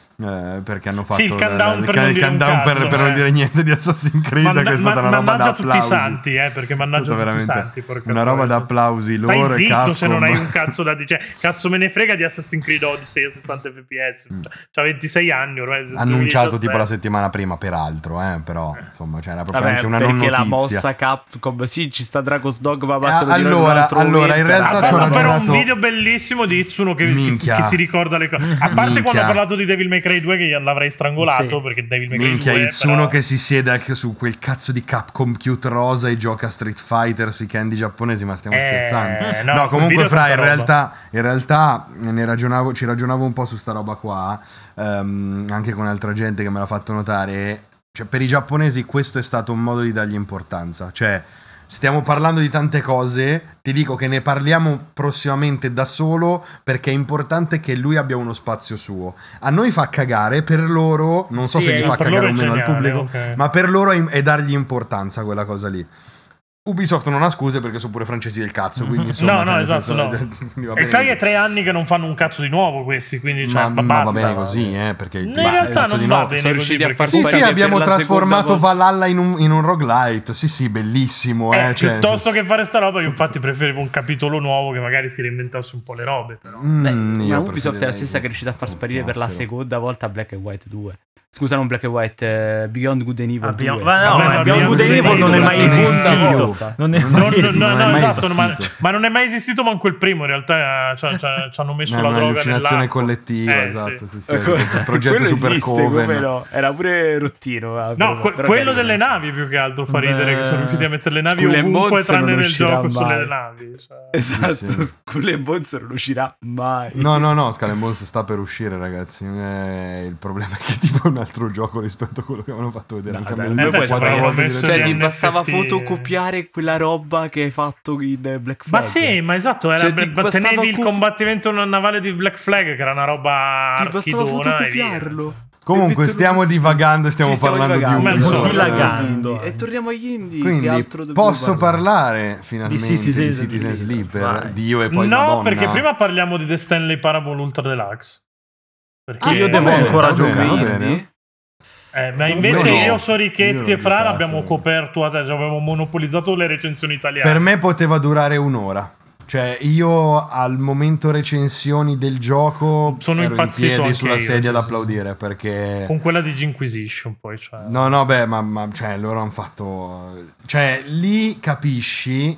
Eh, perché hanno fatto sì, il countdown, il, per, il, non il dire countdown cazzo, per, per eh. non dire niente di Assassin's Creed, Manda, che è stata ma, una roba da mannaggia tutti i applausi. santi, eh, perché mannaggia tutti i santi, porca una roba troia. da applausi loro Stai e zitto Capcom. se non hai un cazzo da dire, cioè, cazzo me ne frega di Assassin's Creed Odyssey a sessanta F P S, mm. c'ha ventisei anni ormai, annunciato tipo la settimana prima peraltro, eh, però insomma c'era proprio vabbè, anche una perché non notizia. la mossa Capcom, sì, ci sta Dragon's Dogma, ma eh, allora, allora in realtà c'ho ragionato... però un ragionato... video bellissimo di Itsuno che, che, che si ricorda le cose, a parte minchia. quando ha parlato di Devil May Cry due che l'avrei strangolato, sì. Perché Devil May Cry minchia, due Itsuno però... che si siede anche su quel cazzo di Capcom cute rosa e gioca a Street Fighter sui candy giapponesi, ma stiamo eh, scherzando? no, no comunque fra in roba. realtà in realtà ne ragionavo, ci ragionavo un po' su sta roba qua, um, anche con altra gente che me l'ha fatto notare, cioè per i giapponesi questo è stato un modo di dargli importanza, cioè stiamo parlando di tante cose, ti dico che ne parliamo prossimamente da solo perché è importante che lui abbia uno spazio suo. A noi fa cagare, per loro, non so sì, se gli fa cagare o meno al pubblico, okay. ma per loro è, è dargli importanza quella cosa lì. Ubisoft non ha scuse perché sono pure francesi del cazzo, quindi insomma, no, no, esatto, no. E poi è tre anni che non fanno un cazzo di nuovo questi, quindi cioè, ma, ma ma va bene così, eh, perché in realtà non va bene sono così, riusciti a far sì, sì, abbiamo trasformato volta... Valhalla in un, in un roguelite. Sì, sì, bellissimo, eh, eh cioè... piuttosto che fare sta roba, io infatti preferivo un capitolo nuovo che magari si reinventasse un po' le robe, però. Mm, Beh, ma Ubisoft è la stessa che è riuscita a far sparire per la seconda volta Black and White due. Scusa, non Black and White, uh, Beyond Good and Evil ah, due. Beyond, ma no, Vabbè, ma ma Beyond Good and Evil non è mai esistito. Non è mai esistito. No, no, mai esatto, ma, esistito. ma non è mai esistito manco il primo, in realtà ci hanno messo no, la una droga allucinazione nell'acqua. collettiva, eh, esatto, sì. sì, sì, il progetto Super esiste, Coven. no? Era pure rottino. No, però, que- però quello carino. delle navi più che altro fa ridere, Beh, che sono riusciti a mettere le navi Skull and ovunque Bones tranne non nel uscirà gioco mai. sulle navi, cioè. Esatto, Sì, sì. Skull and Bones non uscirà mai. No, no, no, Skull and Bones sta per uscire, ragazzi. Eh, il problema è che tipo è un altro gioco rispetto a quello che avevano fatto vedere. No, anche dai, a me non il puoi quattro sbagliare. volte Messo di Cioè, N F T. ti bastava fotocopiare quella roba che hai fatto in Black Flag. Ma sì, ma esatto, era Cioè, ti per- bastava tenevi il co- combattimento navale di Black Flag, che era una roba Ti bastava archidona, e via. fotocopiarlo. Comunque stiamo divagando e stiamo Sì, stiamo parlando divagando. di Ma Ubisoft. dilagando. E torniamo agli indie. Quindi che altro dobbiamo posso parlare finalmente Di di Citizen Citizen, Sleeper, Sleeper, vai. Dio e poi no, Madonna. perché prima parliamo di The Stanley Parable Ultra Deluxe. Perché Ah, io devo va bene, ancora va bene, giocare. va bene. Eh, ma invece Io no. io, Sorichetti Io e l'ho Fra giocato. abbiamo coperto, cioè avevamo monopolizzato le recensioni italiane. Per me poteva durare un'ora. Cioè, io al momento recensioni del gioco Sono ero in impazzito piedi anche sulla io, sedia sì, ad sì. applaudire perché... Con quella di Inquisition poi, cioè. No, no, beh, ma, ma cioè, loro hanno fatto... Cioè, lì capisci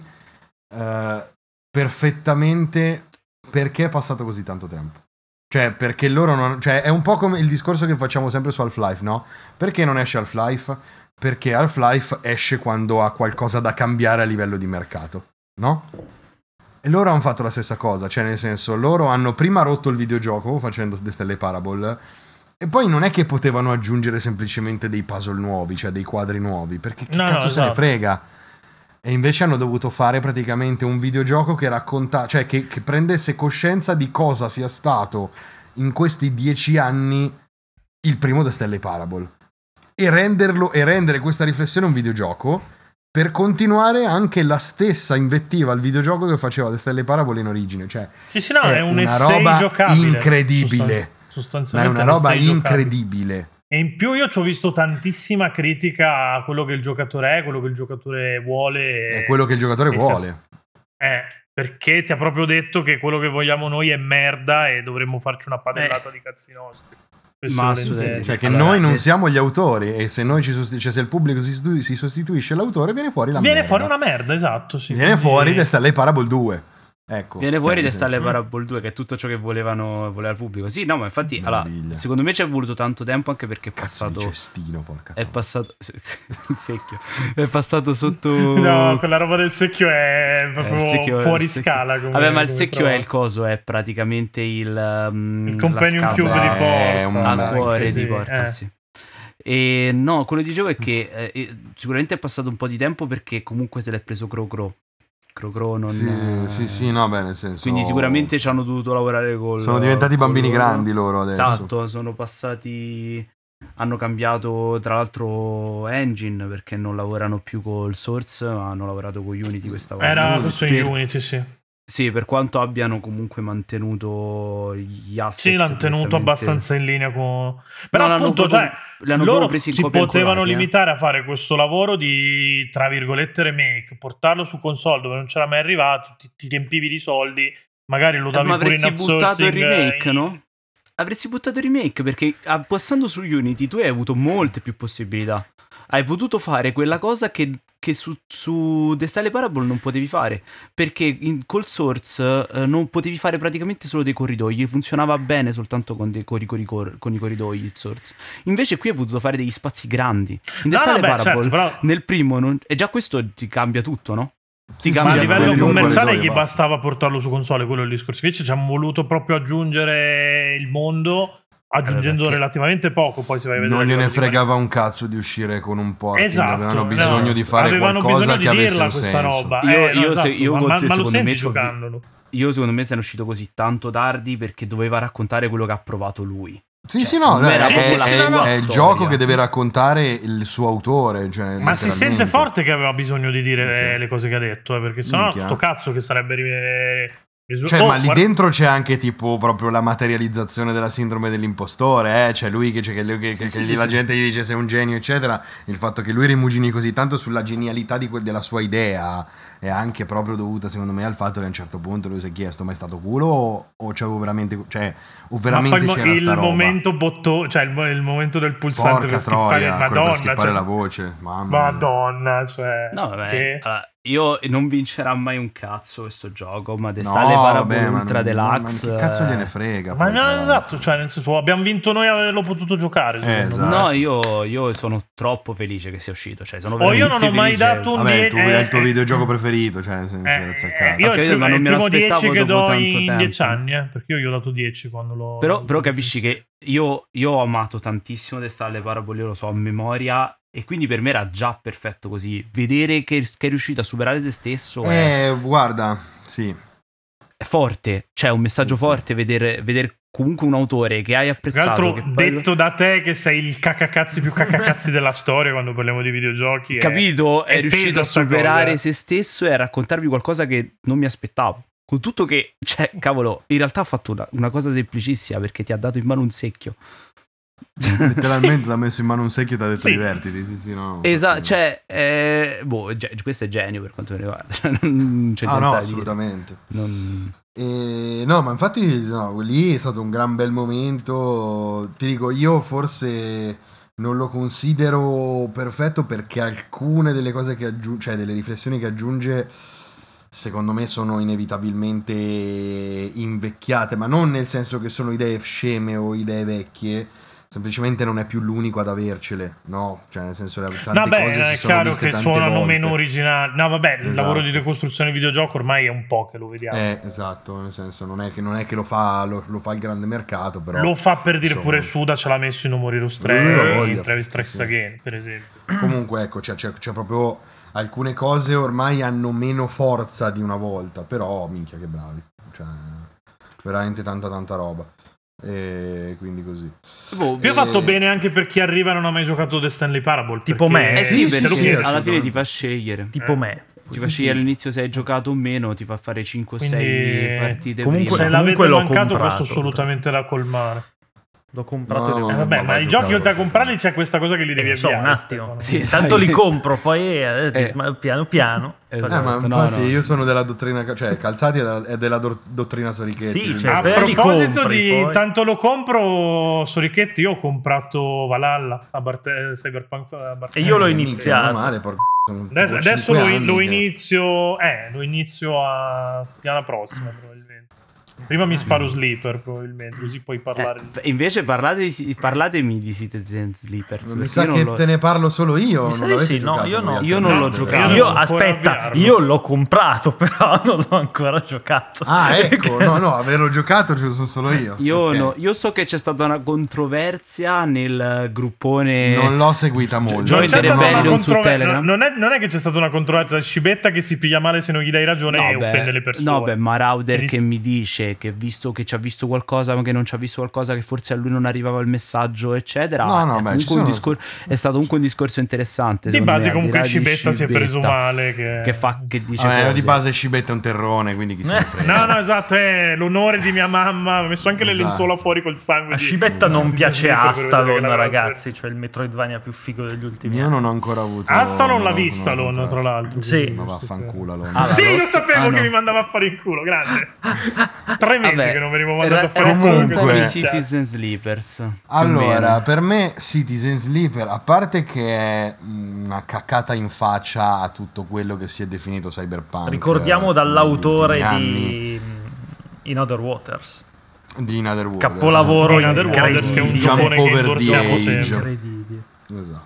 eh, perfettamente perché è passato così tanto tempo. Cioè, perché loro non... Cioè, è un po' come il discorso che facciamo sempre su Half-Life, no? Perché non esce Half-Life? Perché Half-Life esce quando ha qualcosa da cambiare a livello di mercato, no? E loro hanno fatto la stessa cosa, cioè nel senso, loro hanno prima rotto il videogioco facendo The Stanley Parable e poi non è che potevano aggiungere semplicemente dei puzzle nuovi, cioè dei quadri nuovi, perché che No, cazzo no, se ne esatto. frega? E invece hanno dovuto fare praticamente un videogioco che racconta, cioè che, che prendesse coscienza di cosa sia stato in questi dieci anni il primo The Stanley Parable e renderlo e rendere questa riflessione un videogioco per continuare anche la stessa invettiva al videogioco che faceva The Stanley Parable in origine. Cioè, sì, sì, no, è, è un una roba giocabile, incredibile. Sostanzialmente Ma è una roba un incredibile. E in più io ci ho visto tantissima critica a quello che il giocatore è, quello che il giocatore vuole. È quello che il giocatore vuole. Eh, perché ti ha proprio detto che quello che vogliamo noi è merda e dovremmo farci una padellata eh. di cazzi nostri. Ma assolutamente. Cioè che allora, noi non siamo gli autori e se noi ci sostitu- cioè se il pubblico si, stu- si sostituisce l'autore viene fuori la viene merda. Viene fuori una merda, esatto. Sì. Viene Quindi... fuori The Stanley Parable due. Ecco, viene fuori eh, The Stanley Parable due, che è tutto ciò che volevano voleva il pubblico. Sì, no, ma infatti allora, secondo me ci è voluto tanto tempo anche perché è Cazzo passato di cestino, porca è passato il secchio è passato sotto no, quella roba del secchio è proprio secchio, fuori scala come, vabbè, ma il secchio trovato. È il coso, è praticamente il um, il companion cube di Portal a cuore sì, di sì, Portal eh. sì. E no, quello che dicevo è che eh, sicuramente è passato un po' di tempo perché comunque se l'è preso Crow Crow Crow Crow non sì, eh... sì, sì, no, beh, nel senso... Quindi sicuramente ci hanno dovuto lavorare col... Sono diventati bambini loro. grandi loro adesso. Esatto, sono passati... Hanno cambiato tra l'altro engine perché non lavorano più col Source, ma hanno lavorato con Unity questa volta. Era questo in per... Unity, sì. Sì, per quanto abbiano comunque mantenuto gli asset. Sì, l'hanno tenuto abbastanza in linea con... Però no, appunto, proprio, cioè, l'hanno loro presi si potevano limitare eh. a fare questo lavoro di, tra virgolette, remake, portarlo su console dove non c'era mai arrivato, ti, ti riempivi di soldi, magari lo davi eh, ma pure in avresti buttato il remake, in... no? Avresti buttato il remake perché passando su Unity tu hai avuto molte più possibilità. Hai potuto fare quella cosa che, che su, su The Stanley Parable non potevi fare, perché in, col Source eh, non potevi fare praticamente solo dei corridoi, funzionava bene soltanto con, dei, con, i, corridoi, con i corridoi il Source. Invece qui hai potuto fare degli spazi grandi. In The no, Stanley no, beh, Parable, certo, però... nel primo, non, e già questo ti cambia tutto, no? Sì, ma a livello commerciale gli bastava portarlo su console, quello è il discorso. Invece ci hanno voluto proprio aggiungere il mondo, aggiungendo eh, relativamente poco, poi si va a vedere. Non gliene fregava un cazzo di uscire con un porting, esatto, avevano bisogno no, di fare avevano qualcosa bisogno che di avesse un questa senso. Roba. Io, eh, io, no, esatto, io ma, te, ma lo senti me giocandolo. Io secondo me se ne è uscito così tanto tardi perché doveva raccontare quello che ha provato lui. Sì, cioè, sì, no, è, è, è, è, no, è il gioco che deve raccontare il suo autore. Cioè, ma si sente forte che aveva bisogno di dire okay. le cose che ha detto, eh, perché sennò sto cazzo che sarebbe... Risu- cioè, oh, ma lì guarda... dentro c'è anche tipo proprio la materializzazione della sindrome dell'impostore, eh? Cioè lui che, cioè, che, che, sì, che sì, la sì, gente gli dice sei un genio, eccetera. Il fatto che lui rimugini così tanto sulla genialità di que- della sua idea è anche proprio dovuta, secondo me, al fatto che a un certo punto lui si è chiesto: ma è stato culo o, o c'avevo veramente, cioè, o veramente ma c'era il sta roba? momento botto, cioè il, il momento del pulsante Porca per schippare, troia, Madonna, per schippare cioè, la voce, mamma Madonna, cioè, no, vabbè, che... allora, io non vincerà mai un cazzo questo gioco, ma The no, Stanley Parable vabbè, Ultra non, Deluxe, ma che cazzo gliene frega? Ma poi, no, esatto, cioè nel senso abbiamo vinto noi averlo potuto giocare, eh, esatto. No, io, io sono troppo felice che sia uscito, cioè sono o io non ho mai felice. dato un vabbè, il tuo, eh, è il tuo eh, videogioco preferito, cioè nel senso eh, era eh, io okay, il, ma non il me primo dieci che do tanto in tempo. dieci anni, eh, perché io gli ho dato dieci quando l'ho... Però, però capisci che io, io ho amato tantissimo The Stanley Parable, io lo so a memoria, e quindi per me era già perfetto così. Vedere che, che è riuscito a superare se stesso eh, è... guarda, sì. È forte, c'è un messaggio sì, forte, sì. Vedere, vedere comunque un autore che hai apprezzato. Tra l'altro, che poi... detto da te che sei il cacacazzi più cacacazzi della storia quando parliamo di videogiochi. Capito? È, è, è riuscito a superare cosa. se stesso e a raccontarvi qualcosa che non mi aspettavo. Con tutto che, cioè, cavolo, in realtà ha fatto una, una cosa semplicissima perché ti ha dato in mano un secchio. Letteralmente sì. L'ha messo in mano un secchio e ti ha detto sì. divertiti. Sì, sì, no, esatto, cioè, eh, boh, ge- questo è genio per quanto mi riguarda. Non c'è ah, no, da assolutamente. Non... E, no, ma infatti, no, lì è stato un gran bel momento. Ti dico, io forse non lo considero perfetto perché alcune delle cose che aggiunge, cioè delle riflessioni che aggiunge, secondo me sono inevitabilmente invecchiate, ma non nel senso che sono idee sceme o idee vecchie, semplicemente non è più l'unico ad avercele, no? Cioè nel senso che tante vabbè, cose si è sono chiaro viste che tante suonano volte. meno originali. No vabbè, il Esatto. lavoro di ricostruzione videogioco ormai è un po' che lo vediamo. Eh, esatto, nel senso non è che, non è che lo, fa, lo, lo fa il grande mercato, però lo fa per dire insomma, pure Suda ce l'ha messo in No More Heroes Uh, tre voglia, in Travis Strikes sì. Again, per esempio. comunque ecco c'è, c'è, c'è proprio alcune cose ormai hanno meno forza di una volta, però minchia che bravi, cioè veramente tanta tanta roba. E quindi così boh, più e... fatto bene anche per chi arriva e non ha mai giocato The Stanley Parable, tipo me, eh sì, sì, perché sì, alla fine ti fa scegliere, tipo eh. me ti fa scegliere all'inizio se hai giocato o meno, ti fa fare cinque o sei partite comunque, se prima. l'avete l'ho mancato comprato, questo assolutamente da colmare. L'ho comprato no, e no, eh, no, vabbè, no, ma i giochi oltre a comprarli c'è questa cosa che li devi eh, so, avviare un attimo sì, intanto sai. li compro poi eh, Eh. piano piano Esatto. Eh, ma No, infatti no. io sono della dottrina, cioè Calzati è della, è della do- dottrina Sorichetti. Sì, quindi- cioè, a beh, li proposito compri, di poi. intanto lo compro Sorichetti, io ho comprato Valhalla a Barte- Cyberpunk a Barte- e io l'ho Eh, minchia, iniziato meno male, porca- sono tipo adesso, adesso cinque lo, anni lo che- inizio eh lo inizio a settimana prossima probabilmente. Prima mi sparo Sleeper probabilmente, così puoi parlare Eh, invece parlate di, parlatemi di Citizen Sleepers. Mi perché sa io che non l'ho- te ne parlo solo io. Mi sa non di l'avete sì, no, giocato io voi no. Io non l'ho altrimenti? giocato. io non aspetta avviarlo. io l'ho comprato però non l'ho ancora giocato Ah, ecco, no, no, averlo giocato ce lo sono solo io. Io, Ok. no, io so che c'è stata una controversia nel gruppone. Non l'ho seguita molto. non Join c'è the stata una Rebellion su controver- Telegram. non, è, non è che c'è stata una controversia Scibetta che si piglia male se non gli dai ragione No, e beh, offende le persone. no, beh, Marauder Quindi- che mi dice che visto che ci ha visto qualcosa, ma che non ci ha visto qualcosa, che forse a lui non arrivava il messaggio, eccetera. No, no, è, beh, comunque ci sono- un discor- è stato comunque un discorso interessante. Di secondo base me, al comunque di là di Scibetta si è preso Scibetta, male che, che fa che dice Vabbè, cose. di base Scibetta è un terrone, quindi chi se ne frega. No, no, esatto, è l'onore di mia mamma. Ha messo anche le Esatto. lenzuola fuori col sangue. a di- Scibetta di- non di- piace di- per vedere Astalon che l'aveva ragazzi cioè il Metroidvania più figo degli ultimi Io anni non ho ancora avuto. Asta non l'ha non ho- vista non ho Lon, tra comprato. l'altro. Sì. quindi- Ma vaffanculo Lon. Ah, Sì, la io Lon- sapevo ah, che no. mi mandava a fare in culo, grande. Tre mesi Vabbè, che non venivo mandato ra- a fare in culo. comunque- che raccontami succede. Citizen Sleepers. più o Allora, meno. per me Citizen Sleeper, a parte che è una caccata in faccia a tutto quello che si è definito cyberpunk. ricordiamo eh, dall'autore negli ultimi di In Other Waters anni, di Another World. capolavoro In Other Waters, che è un incredibile. giocone che Jump over the indorsiamo age. sempre. Incredibile. Esatto.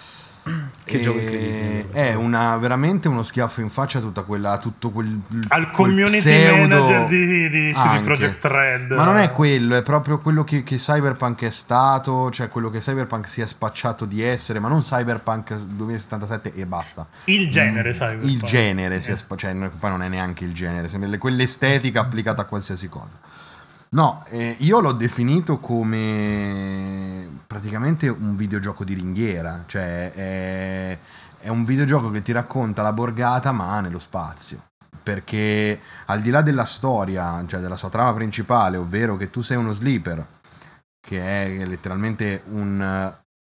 Che E gioco incredibile. È una, veramente uno schiaffo in faccia a tutta quella, a tutto quel Al quel community pseudo- manager di, di C D Anche. Projekt Red. Ma non è quello, è proprio quello che, che Cyberpunk è stato, cioè quello che Cyberpunk si è spacciato di essere, ma non Cyberpunk duemilasettantasette e basta. Il genere, sai. Il genere si è spa- cioè, no, poi non è neanche il genere, sembra le- quell'estetica applicata a qualsiasi cosa. No, eh, io l'ho definito come praticamente un videogioco di ringhiera, cioè è, è un videogioco che ti racconta la borgata ma nello spazio, perché al di là della storia, cioè della sua trama principale, ovvero che tu sei uno sleeper, che è letteralmente un,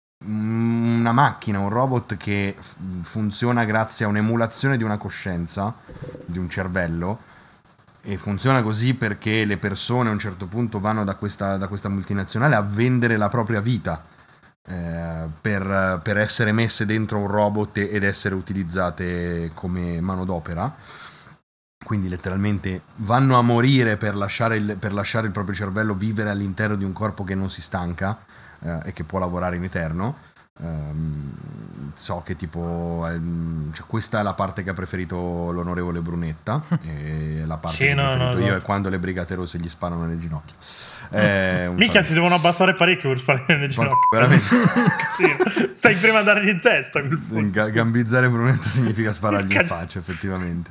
una macchina, un robot che f- funziona grazie a un'emulazione di una coscienza, di un cervello, e funziona così perché le persone a un certo punto vanno da questa, da questa multinazionale a vendere la propria vita eh, per, per essere messe dentro un robot ed essere utilizzate come manodopera. Quindi letteralmente vanno a morire per lasciare il, per lasciare il proprio cervello vivere all'interno di un corpo che non si stanca eh, e che può lavorare in eterno. Um, so che tipo ehm, cioè questa è la parte che ha preferito l'onorevole Brunetta e la parte Sì, che ho no, preferito no, io no. è quando le brigate rosse gli sparano nelle ginocchia. Eh, un Minchia, saluto. si devono abbassare parecchio per sparare nelle ginocchia. Veramente. Sì, stai prima a dargli in testa quel punto. Ga- gambizzare Brunetta significa sparargli in Cazzo. faccia, effettivamente.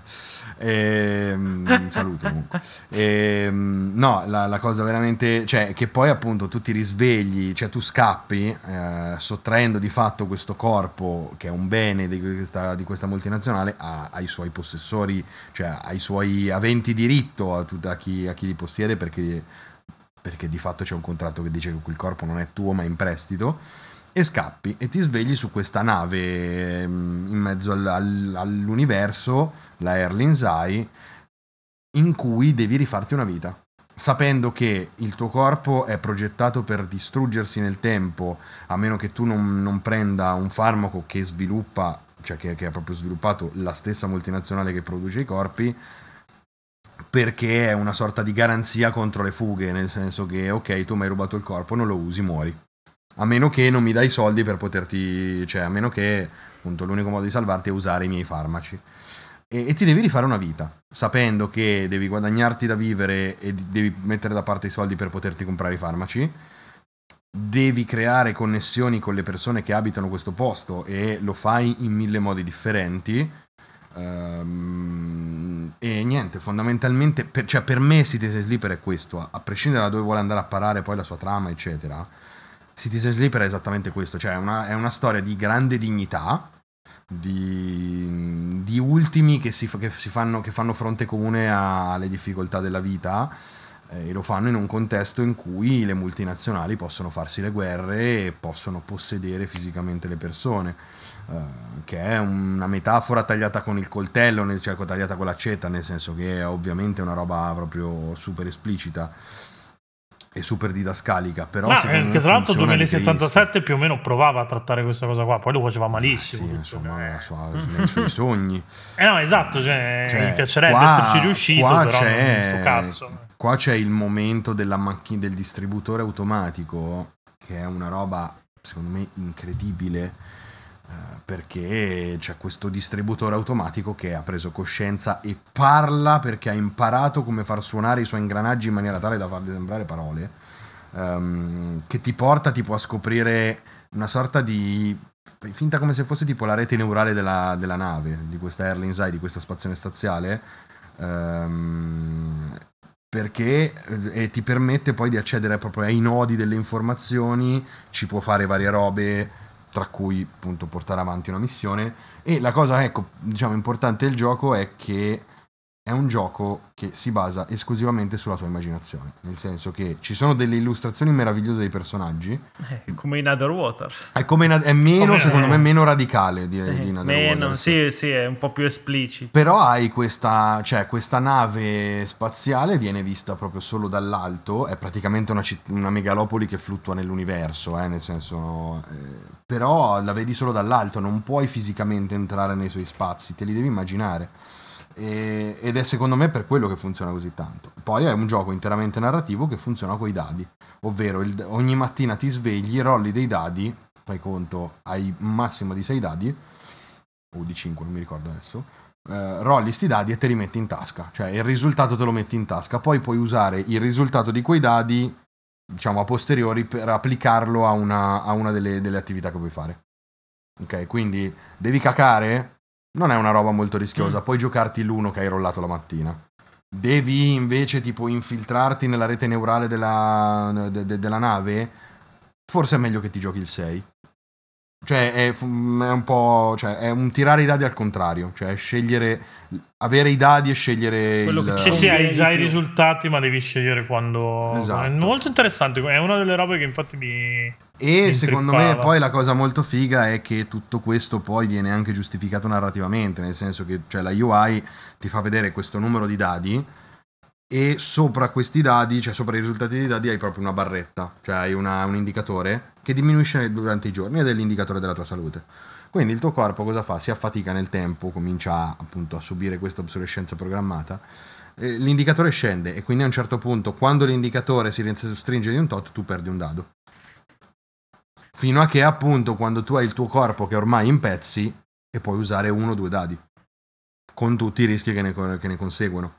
Ehm, saluto comunque. Ehm, no, la, la cosa veramente, cioè, che poi appunto tu ti risvegli, cioè tu scappi, eh, sottraendo di fatto questo corpo che è un bene di questa, di questa multinazionale a- ai suoi possessori, cioè ai suoi aventi diritto, a, tut- a chi, a chi li possiede, perché, perché di fatto c'è un contratto che dice che quel corpo non è tuo ma è in prestito. E scappi e ti svegli su questa nave ehm, in mezzo al, al, all'universo, la Erlin's Eye, in cui devi rifarti una vita, sapendo che il tuo corpo è progettato per distruggersi nel tempo, a meno che tu non, non prenda un farmaco che sviluppa, cioè che, che ha proprio sviluppato la stessa multinazionale che produce i corpi, perché è una sorta di garanzia contro le fughe, nel senso che ok, tu mi hai rubato il corpo, non lo usi, muori. A meno che non mi dai i soldi per poterti... Cioè, a meno che, appunto, l'unico modo di salvarti è usare i miei farmaci. E, e ti devi rifare una vita, sapendo che devi guadagnarti da vivere e devi mettere da parte i soldi per poterti comprare i farmaci. Devi creare connessioni con le persone che abitano questo posto e lo fai in mille modi differenti. Um, e niente, fondamentalmente per, cioè per me Citizen Sleeper è questo, a, a prescindere da dove vuole andare a parare poi la sua trama eccetera. Citizen Sleeper è esattamente questo, cioè è una, è una storia di grande dignità, di, di ultimi che si, che si fanno, che fanno fronte comune alle difficoltà della vita, e lo fanno in un contesto in cui le multinazionali possono farsi le guerre e possono possedere fisicamente le persone, uh, che è una metafora tagliata con il coltello, cioè tagliata con l'accetta, nel senso che è ovviamente una roba proprio super esplicita e super didascalica, però no, che tra l'altro duemilasettantasette più o meno provava a trattare questa cosa qua, poi lo faceva malissimo. Ah, sì, insomma, la sua, nei suoi sogni. Eh no, esatto, cioè, cioè, mi piacerebbe qua, esserci riuscito, però c'è, non, sto cazzo. Qua c'è il momento della macchina del distributore automatico, che è una roba, secondo me, incredibile, eh, perché c'è questo distributore automatico che ha preso coscienza e parla perché ha imparato come far suonare i suoi ingranaggi in maniera tale da farli sembrare parole, ehm, che ti porta tipo a scoprire una sorta di... finta come se fosse tipo la rete neurale della, della nave, di questa Airlines Eye, di questa stazione spaziale, ehm, perché e ti permette poi di accedere proprio ai nodi delle informazioni, ci può fare varie robe, tra cui appunto portare avanti una missione. E la cosa, ecco, diciamo importante del gioco è che è un gioco che si basa esclusivamente sulla tua immaginazione, nel senso che ci sono delle illustrazioni meravigliose dei personaggi, eh, come in Other Waters. È, come in, è meno, come secondo me, meno radicale di, eh, di in Other meno, Waters. Sì, sì, è un po' più esplicito. Però hai questa, cioè questa nave spaziale viene vista proprio solo dall'alto, è praticamente una, citt- una megalopoli che fluttua nell'universo, eh, nel senso, eh, però la vedi solo dall'alto, non puoi fisicamente entrare nei suoi spazi, te li devi immaginare. E, ed è secondo me per quello che funziona così tanto. Poi è un gioco interamente narrativo che funziona coi dadi, ovvero il, ogni mattina ti svegli, rolli dei dadi, fai conto, hai un massimo di sei dadi o di cinque, non mi ricordo adesso, eh, rolli sti dadi e te li metti in tasca, cioè il risultato te lo metti in tasca, poi puoi usare il risultato di quei dadi, diciamo a posteriori, per applicarlo a una, a una delle, delle attività che vuoi fare. Ok, quindi devi cacare? Non è una roba molto rischiosa, mm. puoi giocarti l'uno che hai rollato la mattina. Devi invece tipo infiltrarti nella rete neurale della, de, de, della nave? Forse è meglio che ti giochi il sei. Cioè è, è un po', cioè è un tirare i dadi al contrario, cioè scegliere, avere i dadi e scegliere quello il... che sì, sì, hai già i risultati, ma devi scegliere quando. Esatto. È molto interessante, è una delle robe che infatti mi E mi secondo me poi la cosa molto figa è che tutto questo poi viene anche giustificato narrativamente, nel senso che cioè la U I ti fa vedere questo numero di dadi e sopra questi dadi, cioè sopra i risultati dei dadi hai proprio una barretta, cioè hai una, un indicatore che diminuisce durante i giorni ed è l'indicatore della tua salute. Quindi il tuo corpo cosa fa? Si affatica nel tempo, comincia appunto a subire questa obsolescenza programmata, eh, l'indicatore scende e quindi a un certo punto, quando l'indicatore si restringe di un tot, tu perdi un dado. Fino a che appunto quando tu hai il tuo corpo che ormai è in pezzi e puoi usare uno o due dadi con tutti i rischi che ne, che ne conseguono.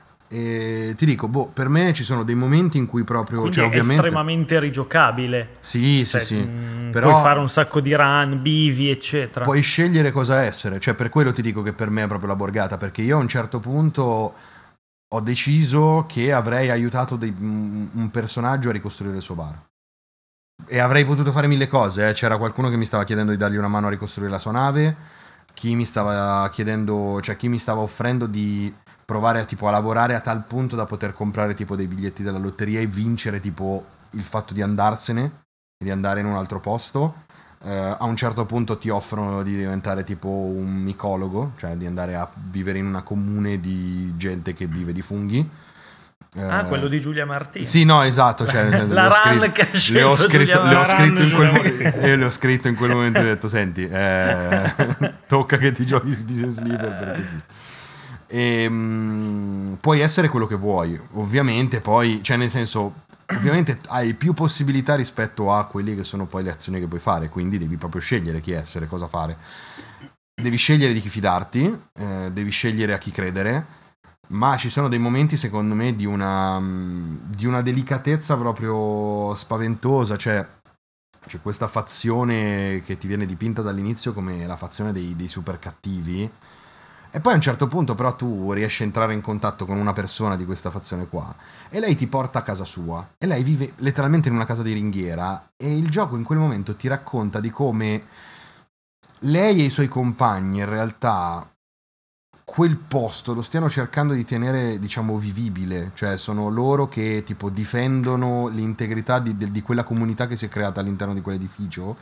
E ti dico, boh, per me ci sono dei momenti in cui proprio, quindi cioè, è ovviamente estremamente rigiocabile. sì cioè, sì sì mh, però puoi fare un sacco di run, bivi eccetera, puoi scegliere cosa essere, cioè per quello ti dico che per me è proprio la borgata, perché io a un certo punto ho deciso che avrei aiutato dei, un personaggio a ricostruire il suo bar. E avrei potuto fare mille cose, eh. C'era qualcuno che mi stava chiedendo di dargli una mano a ricostruire la sua nave, chi mi stava chiedendo, cioè chi mi stava offrendo di provare a, tipo, a lavorare a tal punto da poter comprare tipo dei biglietti della lotteria e vincere tipo il fatto di andarsene e di andare in un altro posto. Eh, a un certo punto ti offrono di diventare tipo un micologo, cioè di andare a vivere in una comune di gente che vive di funghi. Ah, eh, quello di Giulia Martini. Sì, no, esatto, cioè, nel senso, la le ho run scritto, che le ho scritto, le ho scritto in quel momento. io le ho scritto in quel momento e ho detto senti, eh, tocca che ti giochi Citizen Sleeper perché sì. E, mh, puoi essere quello che vuoi, ovviamente poi, cioè nel senso ovviamente hai più possibilità rispetto a quelli che sono poi le azioni che puoi fare, quindi devi proprio scegliere chi essere, cosa fare. Devi scegliere di chi fidarti, eh, devi scegliere a chi credere, ma ci sono dei momenti secondo me di una, di una delicatezza proprio spaventosa, cioè c'è questa fazione che ti viene dipinta dall'inizio come la fazione dei, dei super cattivi, e poi a un certo punto però tu riesci a entrare in contatto con una persona di questa fazione qua e lei ti porta a casa sua e lei vive letteralmente in una casa di ringhiera, e il gioco in quel momento ti racconta di come lei e i suoi compagni in realtà quel posto lo stiano cercando di tenere, diciamo, vivibile, cioè sono loro che tipo difendono l'integrità di, di quella comunità che si è creata all'interno di quell'edificio,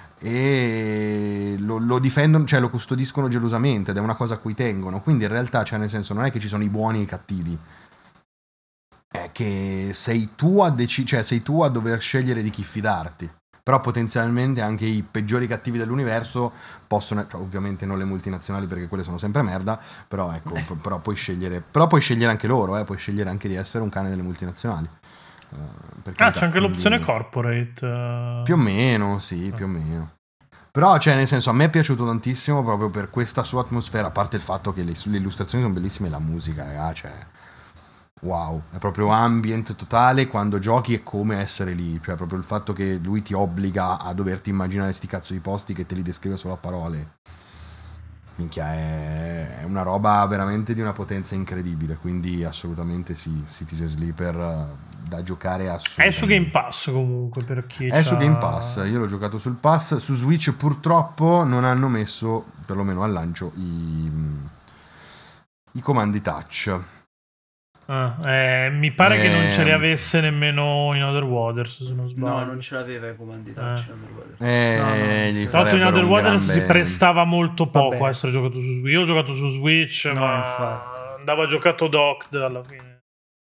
e lo, lo difendono, cioè lo custodiscono gelosamente, ed è una cosa a cui tengono. Quindi in realtà, cioè nel senso, non è che ci sono i buoni e i cattivi, è che sei tu a dec- cioè sei tu a dover scegliere di chi fidarti. Però potenzialmente anche i peggiori cattivi dell'universo possono, cioè, ovviamente non le multinazionali perché quelle sono sempre merda, però ecco, eh. però puoi scegliere, però puoi scegliere anche loro, eh, puoi scegliere anche di essere un cane delle multinazionali. Uh, ah, carità, c'è anche quindi... l'opzione corporate. Uh... Più o meno, sì, più o meno. Però, cioè, nel senso, a me è piaciuto tantissimo proprio per questa sua atmosfera, a parte il fatto che le, le illustrazioni sono bellissime e la musica, raga, cioè... wow, è proprio ambient totale. Quando giochi è come essere lì, cioè proprio il fatto che lui ti obbliga a doverti immaginare sti cazzo di posti che te li descrive solo a parole. Minchia, è, è una roba veramente di una potenza incredibile, quindi assolutamente sì, Citizen Sleeper da giocare assolutamente. È su Game Pass comunque, per chi è c'ha... su Game Pass, io l'ho giocato sul Pass. Su Switch purtroppo non hanno messo, perlomeno al lancio, i, i comandi touch. Ah, eh, mi pare eh, che non ce li avesse nemmeno in Other Waters, se non sbaglio. No, non ce l'aveva i comandi touch eh. in Other Waters. Eh, no, no. Tra l'altro in Other Waters si prestava molto poco Vabbè. a essere giocato su Switch. Io ho giocato su Switch, no, ma infatti. andava giocato docked alla fine.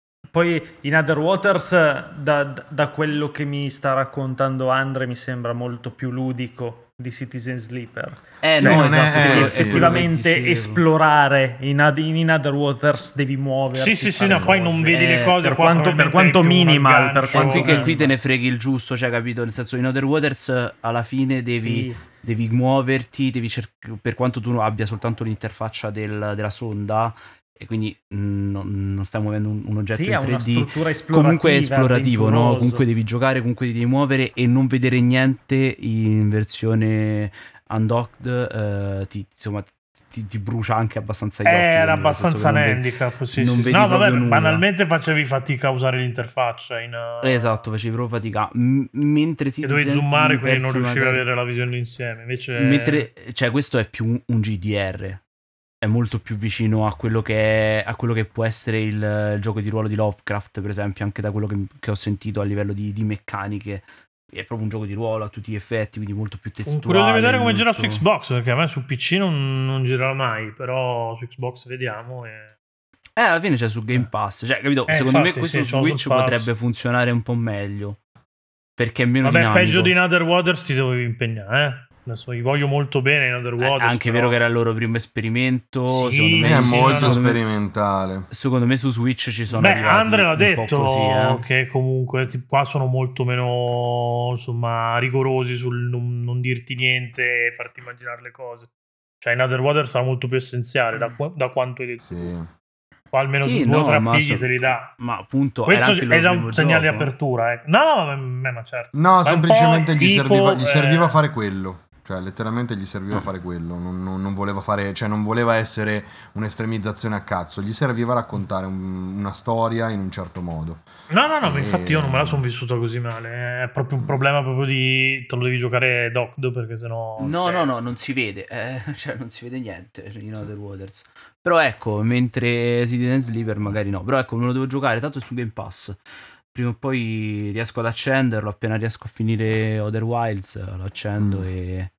Poi in Other Waters, da, da quello che mi sta raccontando Andre, mi sembra molto più ludico di Citizen Sleeper. Eh sì, no, non esatto, è, effettivamente sì, esplorare in, in Other Waters devi muoverti. Sì, sì, sì, no, poi non vedi le cose per quanto, per quanto minimal, per quanto qui che qui te ne freghi il giusto, cioè, capito? Nel senso, in Other Waters alla fine devi, sì. devi muoverti, devi cerc- per quanto tu abbia soltanto l'interfaccia del, della sonda, e quindi mh, non, non stai muovendo un, un oggetto sì, in tre D, comunque è esplorativo, no? Comunque devi giocare, comunque ti devi muovere e non vedere niente in versione undocked, eh, ti, insomma ti, ti brucia anche abbastanza gli eh, occhi. Era abbastanza un handicap, sì, non sì. vedi no vabbè, nulla. Banalmente facevi fatica a usare l'interfaccia in, uh... esatto, facevi proprio fatica, M- mentre ti dovevi zoomare, quindi non riuscivi magari... a vedere la visione insieme, invece mentre, cioè questo è più un, un G D R, è molto più vicino a quello che è, a quello che può essere il, il gioco di ruolo di Lovecraft, per esempio, anche da quello che, che ho sentito a livello di, di meccaniche. È proprio un gioco di ruolo a tutti gli effetti, quindi molto più testuale. Sono curioso di vedere come molto... gira su Xbox, perché a me su P C non, non girerà mai, però su Xbox vediamo. E... Eh, alla fine c'è su Game Pass, cioè, capito? Eh, Secondo infatti, me questo sì, su Switch potrebbe funzionare un po' meglio, perché è meno Vabbè, dinamico. peggio di in Other Waters ti dovevi impegnare, eh? Adesso li voglio molto bene in Other Waters. È anche però... vero che era il loro primo esperimento. Sì, secondo me è sì, molto no, sperimentale. Me, secondo me su Switch ci sono Beh, arrivati Andre l'ha un detto po' così, eh. che comunque qua sono molto meno, insomma, rigorosi sul non, non dirti niente e farti immaginare le cose. Cioè in Other Waters sarà molto più essenziale da, da quanto hai detto. Sì. O almeno sì, due o no, tre ma pigli so, te li dà. Ma appunto questo era è già un segnale gioco. di apertura, eh. No, no, ma, ma certo. No, ma semplicemente gli, tipo, serviva, gli eh... serviva fare quello. Cioè, letteralmente gli serviva fare quello. Non, non, non voleva fare, cioè, non voleva essere un'estremizzazione a cazzo. Gli serviva raccontare un, una storia in un certo modo. No, no, no, e... ma infatti io non me la sono vissuta così male. È proprio un problema proprio di te lo devi giocare docked, perché sennò. No, no, no, non si vede. Eh, cioè, non si vede niente in Other Waters. Però ecco, mentre Citizen Sleeper magari no. Però ecco, me lo devo giocare, tanto è su Game Pass. Prima o poi riesco ad accenderlo. Appena riesco a finire Other Wilds, lo accendo mm. e.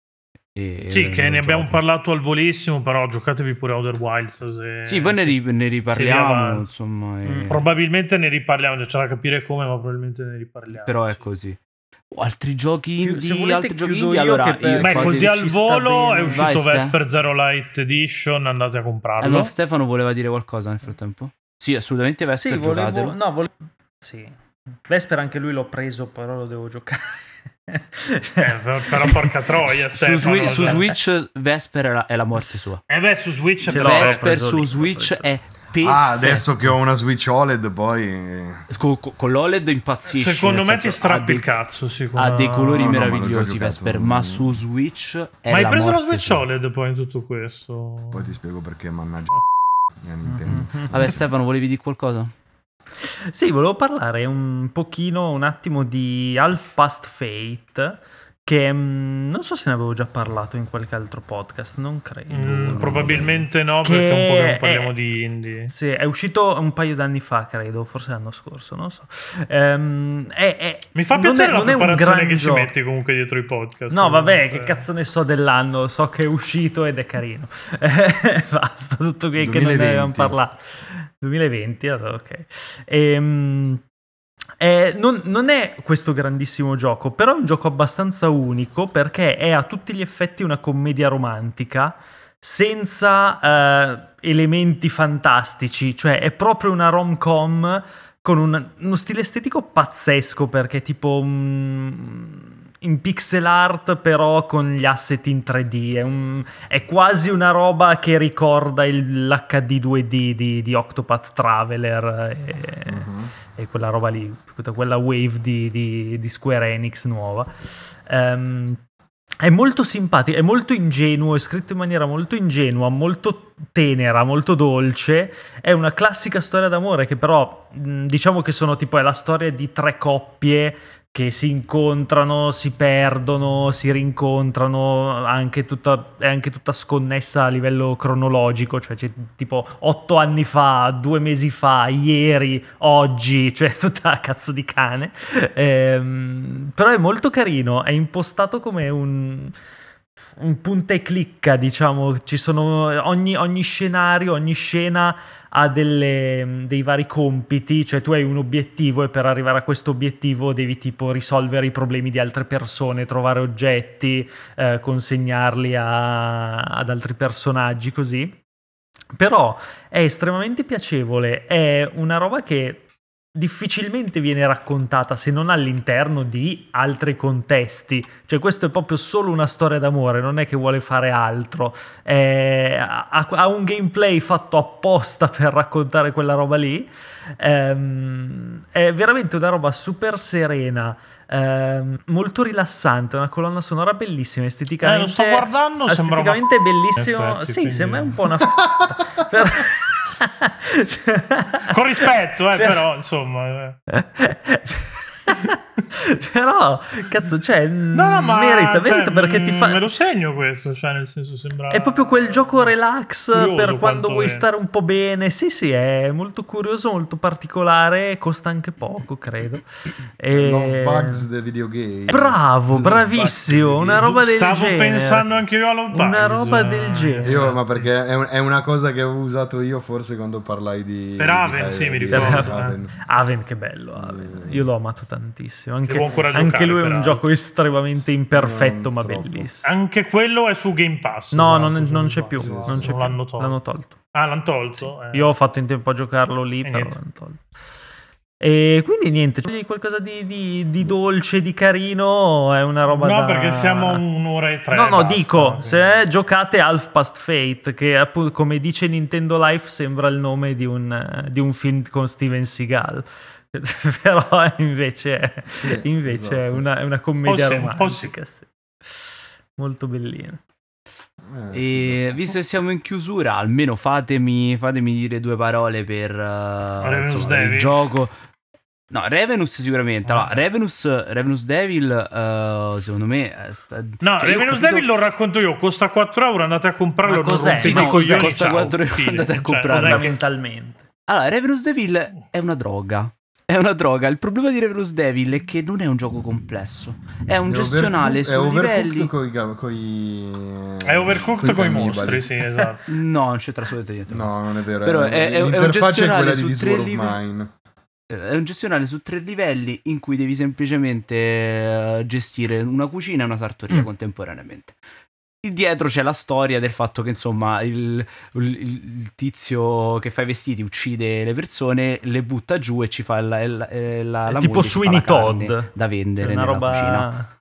E sì, che ne gioco. abbiamo parlato al volissimo, però giocatevi pure Other Wilds. Se, sì, poi ne, ri- ne riparliamo. Insomma, e... mm, probabilmente ne riparliamo. C'è da capire come, ma probabilmente ne riparliamo. Però è così. Oh, altri giochi indie, altri giochi indie, allora per... io beh, così al volo è uscito Vai, Vesper Zero Light Edition, andate a comprarlo. Eh, Stefano voleva dire qualcosa nel frattempo? Sì, assolutamente Vesper, sì, volevo... giocatelo. No, volevo... Sì. Vesper anche lui l'ho preso, però lo devo giocare. eh, però porca troia, su, Swi- su Switch Vesper è la, è la morte sua. Eh beh, su Switch Ce però Vesper su lì, Switch è perfetto. Ah, adesso che ho una Switch O L E D poi con, con l'O L E D impazzisce. Secondo me senso, ti strappi dei, il cazzo sì, ha dei colori no, no, meravigliosi ma Vesper, ma su Switch è ma hai la preso la morte Switch sua. O L E D poi in tutto questo? poi ti spiego perché, mannaggia mia Nintendo. Vabbè, Stefano, volevi dire qualcosa? Sì, volevo parlare un pochino, un attimo di Half Past Fate, che mh, non so se ne avevo già parlato in qualche altro podcast, non credo. Mm, probabilmente no, Che perché un po' che non parliamo è- di indie. Sì, è uscito un paio d'anni fa, credo, forse l'anno scorso, non so. Ehm, è- è- Mi fa non piacere è- la non è un preparazione gran che gioco. ci metti comunque dietro i podcast. No, vabbè, che Eh. cazzo ne so dell'anno, so che è uscito ed è carino. Eh, Basta, tutto qui che non ne avevamo duemilaventi. parlato. duemilaventi, allora ok. Ehm, eh, non, non è questo grandissimo gioco, però è un gioco abbastanza unico perché è a tutti gli effetti una commedia romantica senza eh, elementi fantastici, cioè è proprio una rom-com con un- uno stile estetico pazzesco perché è tipo mm, in pixel art però con gli asset in tre D, è, un- è quasi una roba che ricorda il- l'H D due D di, di Octopath Traveler e, e quella roba lì, tutta quella wave di, di- di Square Enix nuova. Ehm, è molto simpatico, è molto ingenuo, è scritto in maniera molto ingenua, molto tenera, molto dolce. È una classica storia d'amore che però mh, diciamo che sono tipo è la storia di tre coppie che si incontrano, si perdono, si rincontrano, anche tutta, è anche tutta sconnessa a livello cronologico, cioè c'è tipo otto anni fa, due mesi fa, ieri, oggi, cioè tutta a cazzo di cane. Ehm, però è molto carino, è impostato come un, un punta e clicca, diciamo, ci sono ogni, ogni scenario, ogni scena ha delle, dei vari compiti, cioè tu hai un obiettivo e per arrivare a questo obiettivo devi tipo risolvere i problemi di altre persone, trovare oggetti, eh, consegnarli a- ad altri personaggi, così. Però è estremamente piacevole, è una roba che difficilmente viene raccontata se non all'interno di altri contesti, cioè questo è proprio solo una storia d'amore, non è che vuole fare altro. Eh, ha, ha un gameplay fatto apposta per raccontare quella roba lì. Ehm, è veramente una roba super serena, ehm, molto rilassante, una colonna sonora bellissima, esteticamente Eh, lo sto guardando, sembra una esteticamente f- bellissimo. in effetti, Sì, quindi- sembra un po' una f- però- Con rispetto, eh, però, insomma. eh. Però cazzo, cioè No, no, ma merita, cioè, merita perché ti fa me lo segno questo, cioè nel senso sembra è proprio quel gioco relax curioso per quando quanto vuoi è. stare un po' bene. Sì, sì, è molto curioso, molto particolare, costa anche poco, credo. E... Love Bugs del videogame. Bravo, Love bravissimo, Bugs una del roba del Stavo genere. pensando anche io a Love Bugs. Una roba del genere. Io, ma perché è, un- è una cosa che avevo usato io forse quando parlai di Per di- Haven, di- sì, mi di- ricordo, di eh. Haven. Haven, che bello Haven. Io l'ho amato tantissimo. Anche, devo ancora anche giocare, lui è un peraltro. gioco estremamente imperfetto, Non ma troppo. bellissimo. Anche quello è su Game Pass. No, esatto, non, se non c'è sbaglio. più. sì, Non sì, c'è più. l'hanno tolto. L'hanno tolto. Ah, l'hanno tolto? Eh. Io ho fatto in tempo a giocarlo lì, E però niente. l'hanno tolto. E quindi niente, c'è qualcosa di, di- di dolce, di carino, è una roba No, da... perché siamo un'ora e tre. No, no, basta, dico, quindi. se giocate Half Past Fate, che appunto, come dice Nintendo Life, sembra il nome di un, di un film con Steven Seagal. Però invece, è- Sì, invece è, esatto. una, è una commedia Un po' sì, un po' romantica, sì. Molto bellina. Eh, E visto che siamo in chiusura, almeno fatemi, fatemi dire due parole per, uh, Ravenous insomma, per Devil. il gioco. No, Ravenous sicuramente. Allora, Ah. Ravenous, Ravenous Devil, uh, secondo me... eh, sta- No, cioè, io ho Ravenous capito- Devil lo racconto io, costa quattro euro, andate a comprarlo. Ma non cos'è? rompete Sì, i no, coglioni, costa ciao, quattro euro, fine. andate a Cioè, comprarlo. non è che- Fondamentalmente. Allora, Ravenous Devil è una droga. È una droga. Il problema di Ravenous Devil è che non è un gioco complesso. È un è gestionale overcook- sui è livelli. overcooked coi, coi È overcooked con i cannibali. mostri, sì, esatto. No, non c'entra assolutamente niente. No, non è vero. Però è- è- è un l'interfaccia è gestionale quella di su This tre War of livelli. Mine. È un gestionale su tre livelli in cui devi semplicemente eh, gestire una cucina e una sartoria Mm. contemporaneamente. dietro c'è la storia del fatto che insomma il, il, il tizio che fa i vestiti uccide le persone, le butta giù e ci fa la, la, la, la tipo Sweeney Todd da vendere una nella roba... cucina.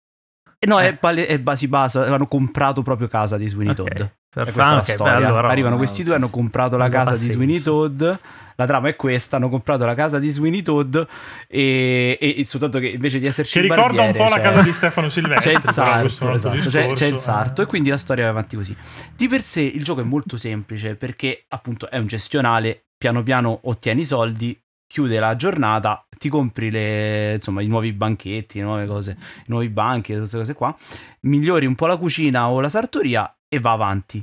E no, eh. è, è, è, si basa, hanno comprato proprio casa di Sweeney okay. Todd. Per è questa okay, la storia. beh, allora, Arrivano no, questi due, hanno comprato la casa di senso. Sweeney Todd. La trama è questa, hanno comprato la casa di Sweeney Todd e, e, e soltanto che invece di esserci ci ricorda un po' la casa di Stefano Silvestri. C'è il sarto, esatto, discorso, c'è, c'è il sarto eh. e quindi la storia va avanti così. Di per sé il gioco è molto semplice perché appunto è un gestionale, piano piano ottieni i soldi, chiude la giornata, ti compri le, insomma, i nuovi banchetti, le nuove cose, i nuovi banchi, queste cose qua, migliori un po' la cucina o la sartoria e va avanti.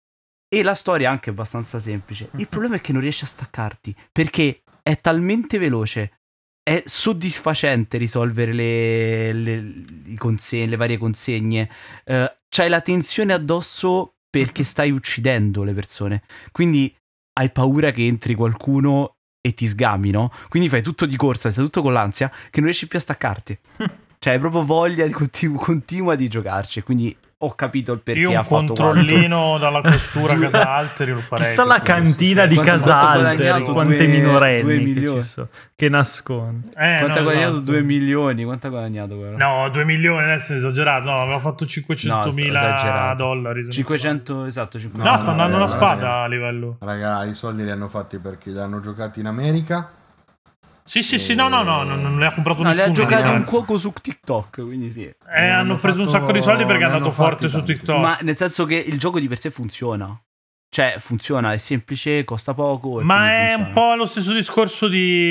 E la storia è anche abbastanza semplice. Il problema è che non riesci a staccarti perché è talmente veloce, è soddisfacente risolvere le, le, i consegne, le varie consegne. Uh, c'hai la tensione addosso perché stai uccidendo le persone, quindi hai paura che entri qualcuno e ti sgami, no? Quindi fai tutto di corsa, stai tutto con l'ansia che non riesci più a staccarti. Cioè hai proprio voglia di continu- continua di giocarci, quindi ho capito il perché. Io un ha fatto controllino quanto. dalla costura Casa Alteri lo farei. Chissà la cantina di Casa Alteri, quante minorenni che ci sono, che nasconde. Eh, quanto no, ha guadagnato? esatto. due milioni? Quanto ha guadagnato quello? No, due milioni adesso è esagerato. No, aveva fatto cinquecentomila no, dollari. cinquecento, esatto. cinquecento. No, sta andando no, una no, spada raga, a livello. Raga, i soldi li hanno fatti perché li hanno giocati in America. Sì, sì, sì, no, no, no, non, non le ha comprato no, nessuno. Le ha giocato ragazzi. un cuoco su TikTok, quindi sì. Eh, hanno, hanno preso fatto, un sacco di soldi perché è andato forte su TikTok. Ma nel senso che il gioco di per sé funziona. Cioè, funziona, è semplice, costa poco. Ma è funziona. un po' lo stesso discorso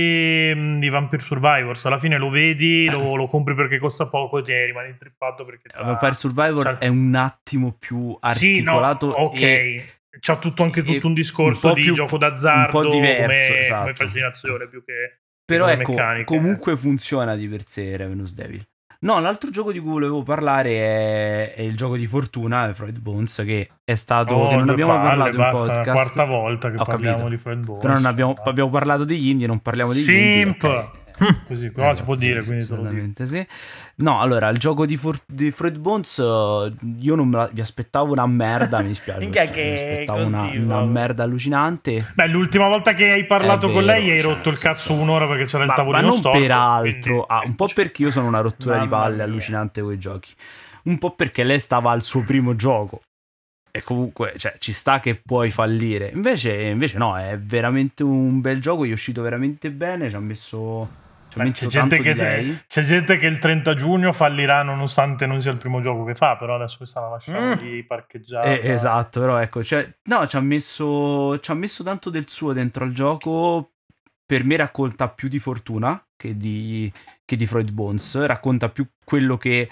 di, di Vampire Survivors. Alla fine lo vedi, lo, lo compri perché costa poco e ti rimani intrippato perché Vampire Survivor c'ha... è un attimo più articolato. Sì, no, ok. E... c'ha tutto anche tutto un discorso un di più, gioco d'azzardo, un po' diverso, come, esatto. come fascinazione più che però come ecco, meccaniche. Comunque funziona di per sé Ravenous Devil. No, l'altro gioco di cui volevo parlare è, è il gioco di fortuna, Freud Bones, che è stato oh, che non abbiamo palle, parlato in basta, podcast. È la quarta volta che Ho parliamo capito. di Freud Bones. Però non abbiamo, abbiamo parlato degli indie, non parliamo degli Simp. indie. Okay. Così qua esatto, si può dire, sì, quindi assolutamente sì. No, allora, il gioco di, For- di Freud Bones uh, io non me la- vi aspettavo una merda, mi dispiace. Minchia che che mi aspettavo così, una, una merda allucinante. Beh, l'ultima volta che hai parlato È con vero, lei hai cioè, rotto il senso- cazzo un'ora perché c'era il Ma, ma tavolino non storto. per altro, quindi- ah, un po' perché io sono una rottura di Mamma palle mia. allucinante con i giochi, un po' perché lei stava al suo primo gioco e comunque cioè, ci sta che puoi fallire. Invece, invece no, è veramente un bel gioco, è uscito veramente bene, ci ha messo... Beh, c'è, gente che, lei. c'è gente che il trenta giugno fallirà nonostante non sia il primo gioco che fa, però adesso questa la lasciamo Mm. lì parcheggiata. Eh, esatto, però ecco, cioè, no, ci ha messo ci ha messo tanto del suo dentro al gioco. Per me racconta più di Fortuna che di, che di Freud Bones, racconta più quello che,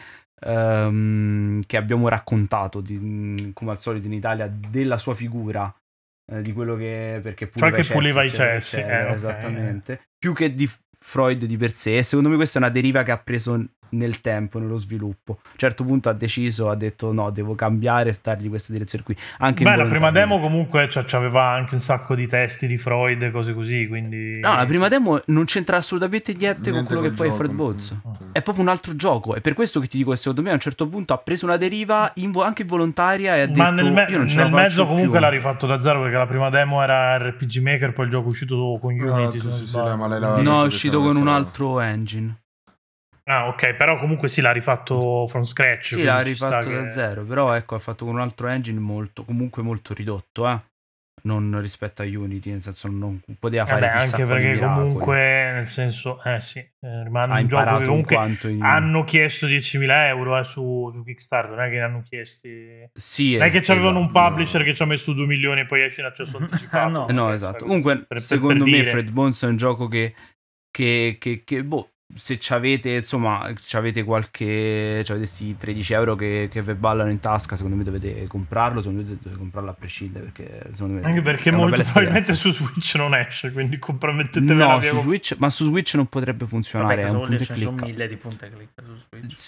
um, che abbiamo raccontato di, come al solito in Italia della sua figura, eh, di quello che perché puliva cioè che i cessi, puliva i eccetera, cessi, eccetera, eh, okay. esattamente, più che di Freud di per sé. E secondo me questa è una deriva che ha preso nel tempo, nello sviluppo. A un certo punto ha deciso, ha detto no, devo cambiare e dargli questa direzione qui. Anche Beh, la prima demo comunque cioè, aveva anche un sacco di testi di Freud e cose così, quindi... No, la prima demo non c'entra assolutamente niente, Niente con quello col che poi è gioco. Freud Bones. Mm. È proprio un altro gioco. È per questo che ti dico che secondo me a un certo punto ha preso una deriva invo- anche volontaria e ha Ma detto nel, me- io non ce nel la mezzo faccio comunque più. l'ha rifatto da zero perché la prima demo era R P G Maker, poi il gioco è uscito con Unity. Ah, se non sì, sì, sbaglio. ma lei l'aveva No, detto è che uscito c'era con un questa altro engine. Ah, ok, però comunque sì, l'ha rifatto from scratch. Sì, l'ha quindi ci sta rifatto da che- zero, però ecco, ha fatto con un altro engine molto, comunque molto ridotto, eh. Non rispetto a Unity, nel senso non poteva fare Vabbè, chissà anche quali perché miracoli. comunque, nel senso, eh sì, eh, rimane Ha un gioco imparato che in comunque quanto in... hanno chiesto diecimila euro eh, su, su Kickstarter, non è che ne hanno chiesti... Sì, Non è che es- c'avevano esatto. un publisher che ci ha messo due milioni e poi esce in accesso anticipato. No. Eh, no, Cioè, esatto. per- Comunque, per- per- secondo per me, dire. Freud Bones è un gioco che, che, che, che boh, se c'avete, insomma, c'avete qualche, c'avete questi tredici euro che, che vi ballano in tasca, secondo me dovete comprarlo, secondo me dovete comprarlo a prescindere, perché secondo me Anche perché è una molto bella probabilmente esperienza. su Switch non esce, quindi compromettetevela No, via su con- Switch, ma su Switch non potrebbe funzionare, Vabbè, è cosa un vuol dire? punto e Ce ne sono clicca. mille di punta e clicca su Switch.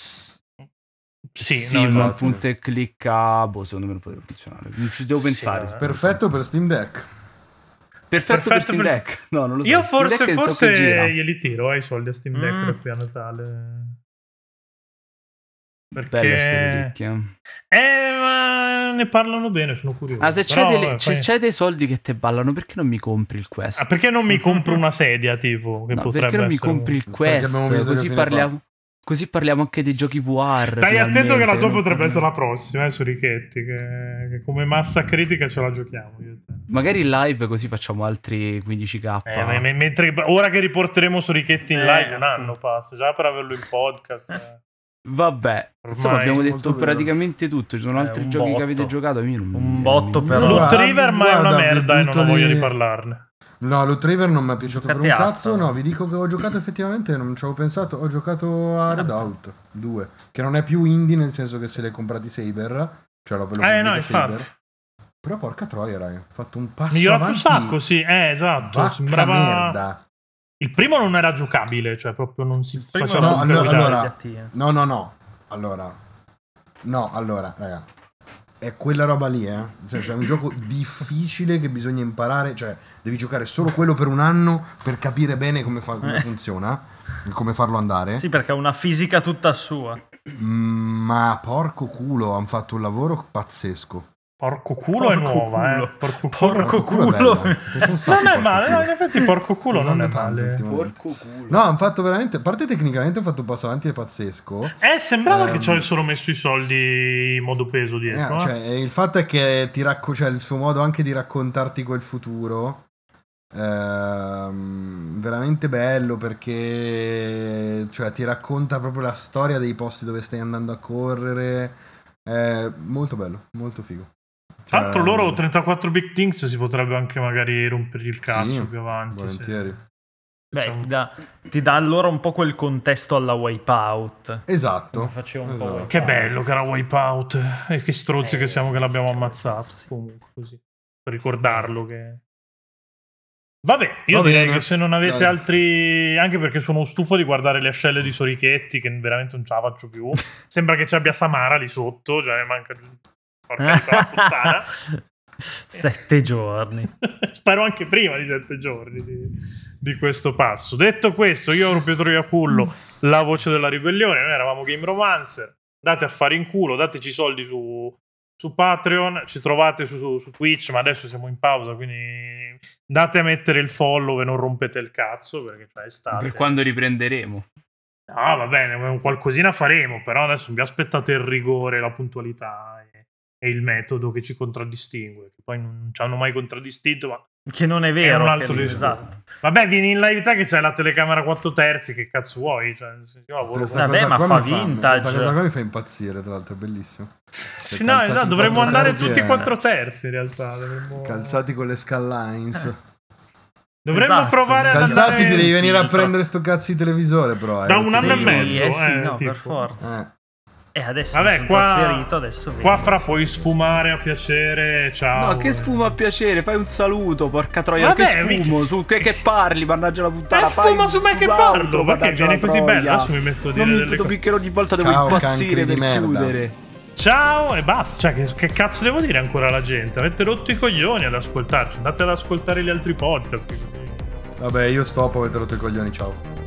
Sì, Sì, no, ma esatto. un punto e clicca, boh, secondo me non potrebbe funzionare. Non ci devo Sì, pensare. vabbè. Perfetto per Steam Deck. Perfetto, Perfetto per Steam per- Deck. No, non lo so. Io Steam forse, Deck so forse che gira. glieli tiro eh, i soldi a Steam Deck Mm. da qui a Natale. Bello essere ricchi, eh. Eh, ma ne parlano bene, sono curioso. Ah, se c'è, Però, delle, vabbè, se poi... c'è dei soldi che te ballano, perché non mi compri il Quest? Ah, perché non mi compro una sedia, tipo? Che no, potrebbe perché non mi essere compri un... il Quest? Così parliamo, così parliamo anche dei giochi V R. Stai attento che la tua non... potrebbe essere la prossima, eh, su Richetti, che, che come massa critica ce la giochiamo. Io e te. Magari in live così facciamo altri quindici k. Eh, ma, ma, mentre, ora che riporteremo su Richetti in Eh, live un anno passa, già per averlo in podcast. Eh. Vabbè, Ormai insomma abbiamo detto molto praticamente tutto. Ci sono Eh, altri un giochi botto. che avete giocato. Io non, Un botto per Guarda, Loot River ma è una guarda, merda e non ho buttali- voglia di parlarne. No, Loot River non mi è piaciuto per un Giocate cazzo. Asta. No, vi dico che ho giocato effettivamente, non ci avevo pensato. Ho giocato a Redout due, che non è più indie nel senso che se li hai comprati Saber, cioè lo, lo Eh no, pubblica Saber. infatti. Però porca troia, raga, ho fatto un passo Migliorato un avanti. sacco, sì, eh, esatto. Vacca Sembrava... merda. Il primo non era giocabile, cioè proprio non si primo faceva No, non proprio allora, guidare. allora, no, no, no. Allora, no, allora, raga, è quella roba lì, eh. Nel senso, è un gioco difficile che bisogna imparare, cioè, devi giocare solo quello per un anno per capire bene come, fa, come Eh. funziona, come farlo andare. Sì, perché ha una fisica tutta sua. Mm, Ma porco culo, hanno fatto un lavoro pazzesco. Porco culo Porco è nuova, culo. eh. Porco culo. Porco Culo è culo. bella. Mi piace un sacco Non è porco male, culo. no, in effetti porco culo Sto non è usando tanto male. ultimamente. Porco culo. No, hanno fatto veramente, a parte tecnicamente, ho fatto un passo avanti pazzesco. Eh, sembrava Ehm. che ci avessero messo i soldi in modo peso dietro. Eh, eh. cioè, il fatto è che ti racco- cioè, il suo modo anche di raccontarti quel futuro ehm, veramente bello, perché cioè, ti racconta proprio la storia dei posti dove stai andando a correre. È molto bello, molto figo. Tra Cioè, l'altro loro trentaquattro Big Things si potrebbe anche magari rompergli il cazzo sì, più avanti. volentieri. Beh, Diciamo- ti dà, ti dà allora un po' quel contesto alla Wipeout. Esatto. Come faceva un po' Esatto. Wipeout. Che bello che era Wipeout. E che stronzi Eh, che siamo che l'abbiamo ammazzato. sì. Comunque, così. Per ricordarlo che... Vabbè, io Va direi bene. che se non avete Dai. altri... Anche perché sono stufo di guardare le ascelle di Sorichetti, che veramente non ce la faccio più. Sembra che ci abbia Samara lì sotto, cioè manca... Porca di quella puttana. Sette giorni. Spero anche prima di sette giorni di, di questo passo. Detto questo, io ero Pietro Iacullo, la voce della ribellione. Noi eravamo Game Romancer. Date a fare in culo, dateci soldi su, su Patreon. Ci trovate su, su, su Twitch, ma adesso siamo in pausa, quindi date a mettere il follow e non rompete il cazzo, perché cioè, è estate. Per quando riprenderemo. Ah, va bene, qualcosina faremo, però adesso vi aspettate il rigore, la puntualità e, e il metodo che ci contraddistingue, che poi non ci hanno mai contraddistinto, ma Che non è è vero. un altro che- discorso. esatto. Vabbè, vieni in live te che c'hai la telecamera quattro terzi, che cazzo vuoi? Cioè, io lavoro Questa Vabbè, cosa ma qua fa mi vintage. Questa cosa qua mi fa impazzire, tra l'altro, è bellissimo. Sì, no, calzati esatto, in dovremmo quattro andare terzi tutti e- quattro terzi in realtà. Dovremmo, Calzati con le scalines. dovremmo Esatto. provare ad Calzati, andare ti devi venire a filtro. prendere sto cazzo di televisore, però. eh, Da un anno e Sì, mezzo, eh sì, eh, no, tipo. per forza. Eh. E adesso Vabbè, mi sono qua- trasferito, adesso Qua vengo. fra puoi sfumare a piacere, ciao. No, che sfumo a piacere, fai un saluto, porca troia, Vabbè, che sfumo, mica- su che, che parli, mannaggia la puttana. Eh, sfuma fai su me che tutt'altro, parlo, perché mannaggia viene la così troia. bello, adesso mi metto a dire Non mi delle vedo cose. perché ogni volta devo Ciao, impazzire cancri per di merda. chiudere. Ciao e basta, cioè che, che cazzo devo dire ancora alla gente? Avete rotto i coglioni ad ascoltarci, andate ad ascoltare gli altri podcast. Che così... Vabbè, io stop, avete rotto i coglioni, ciao.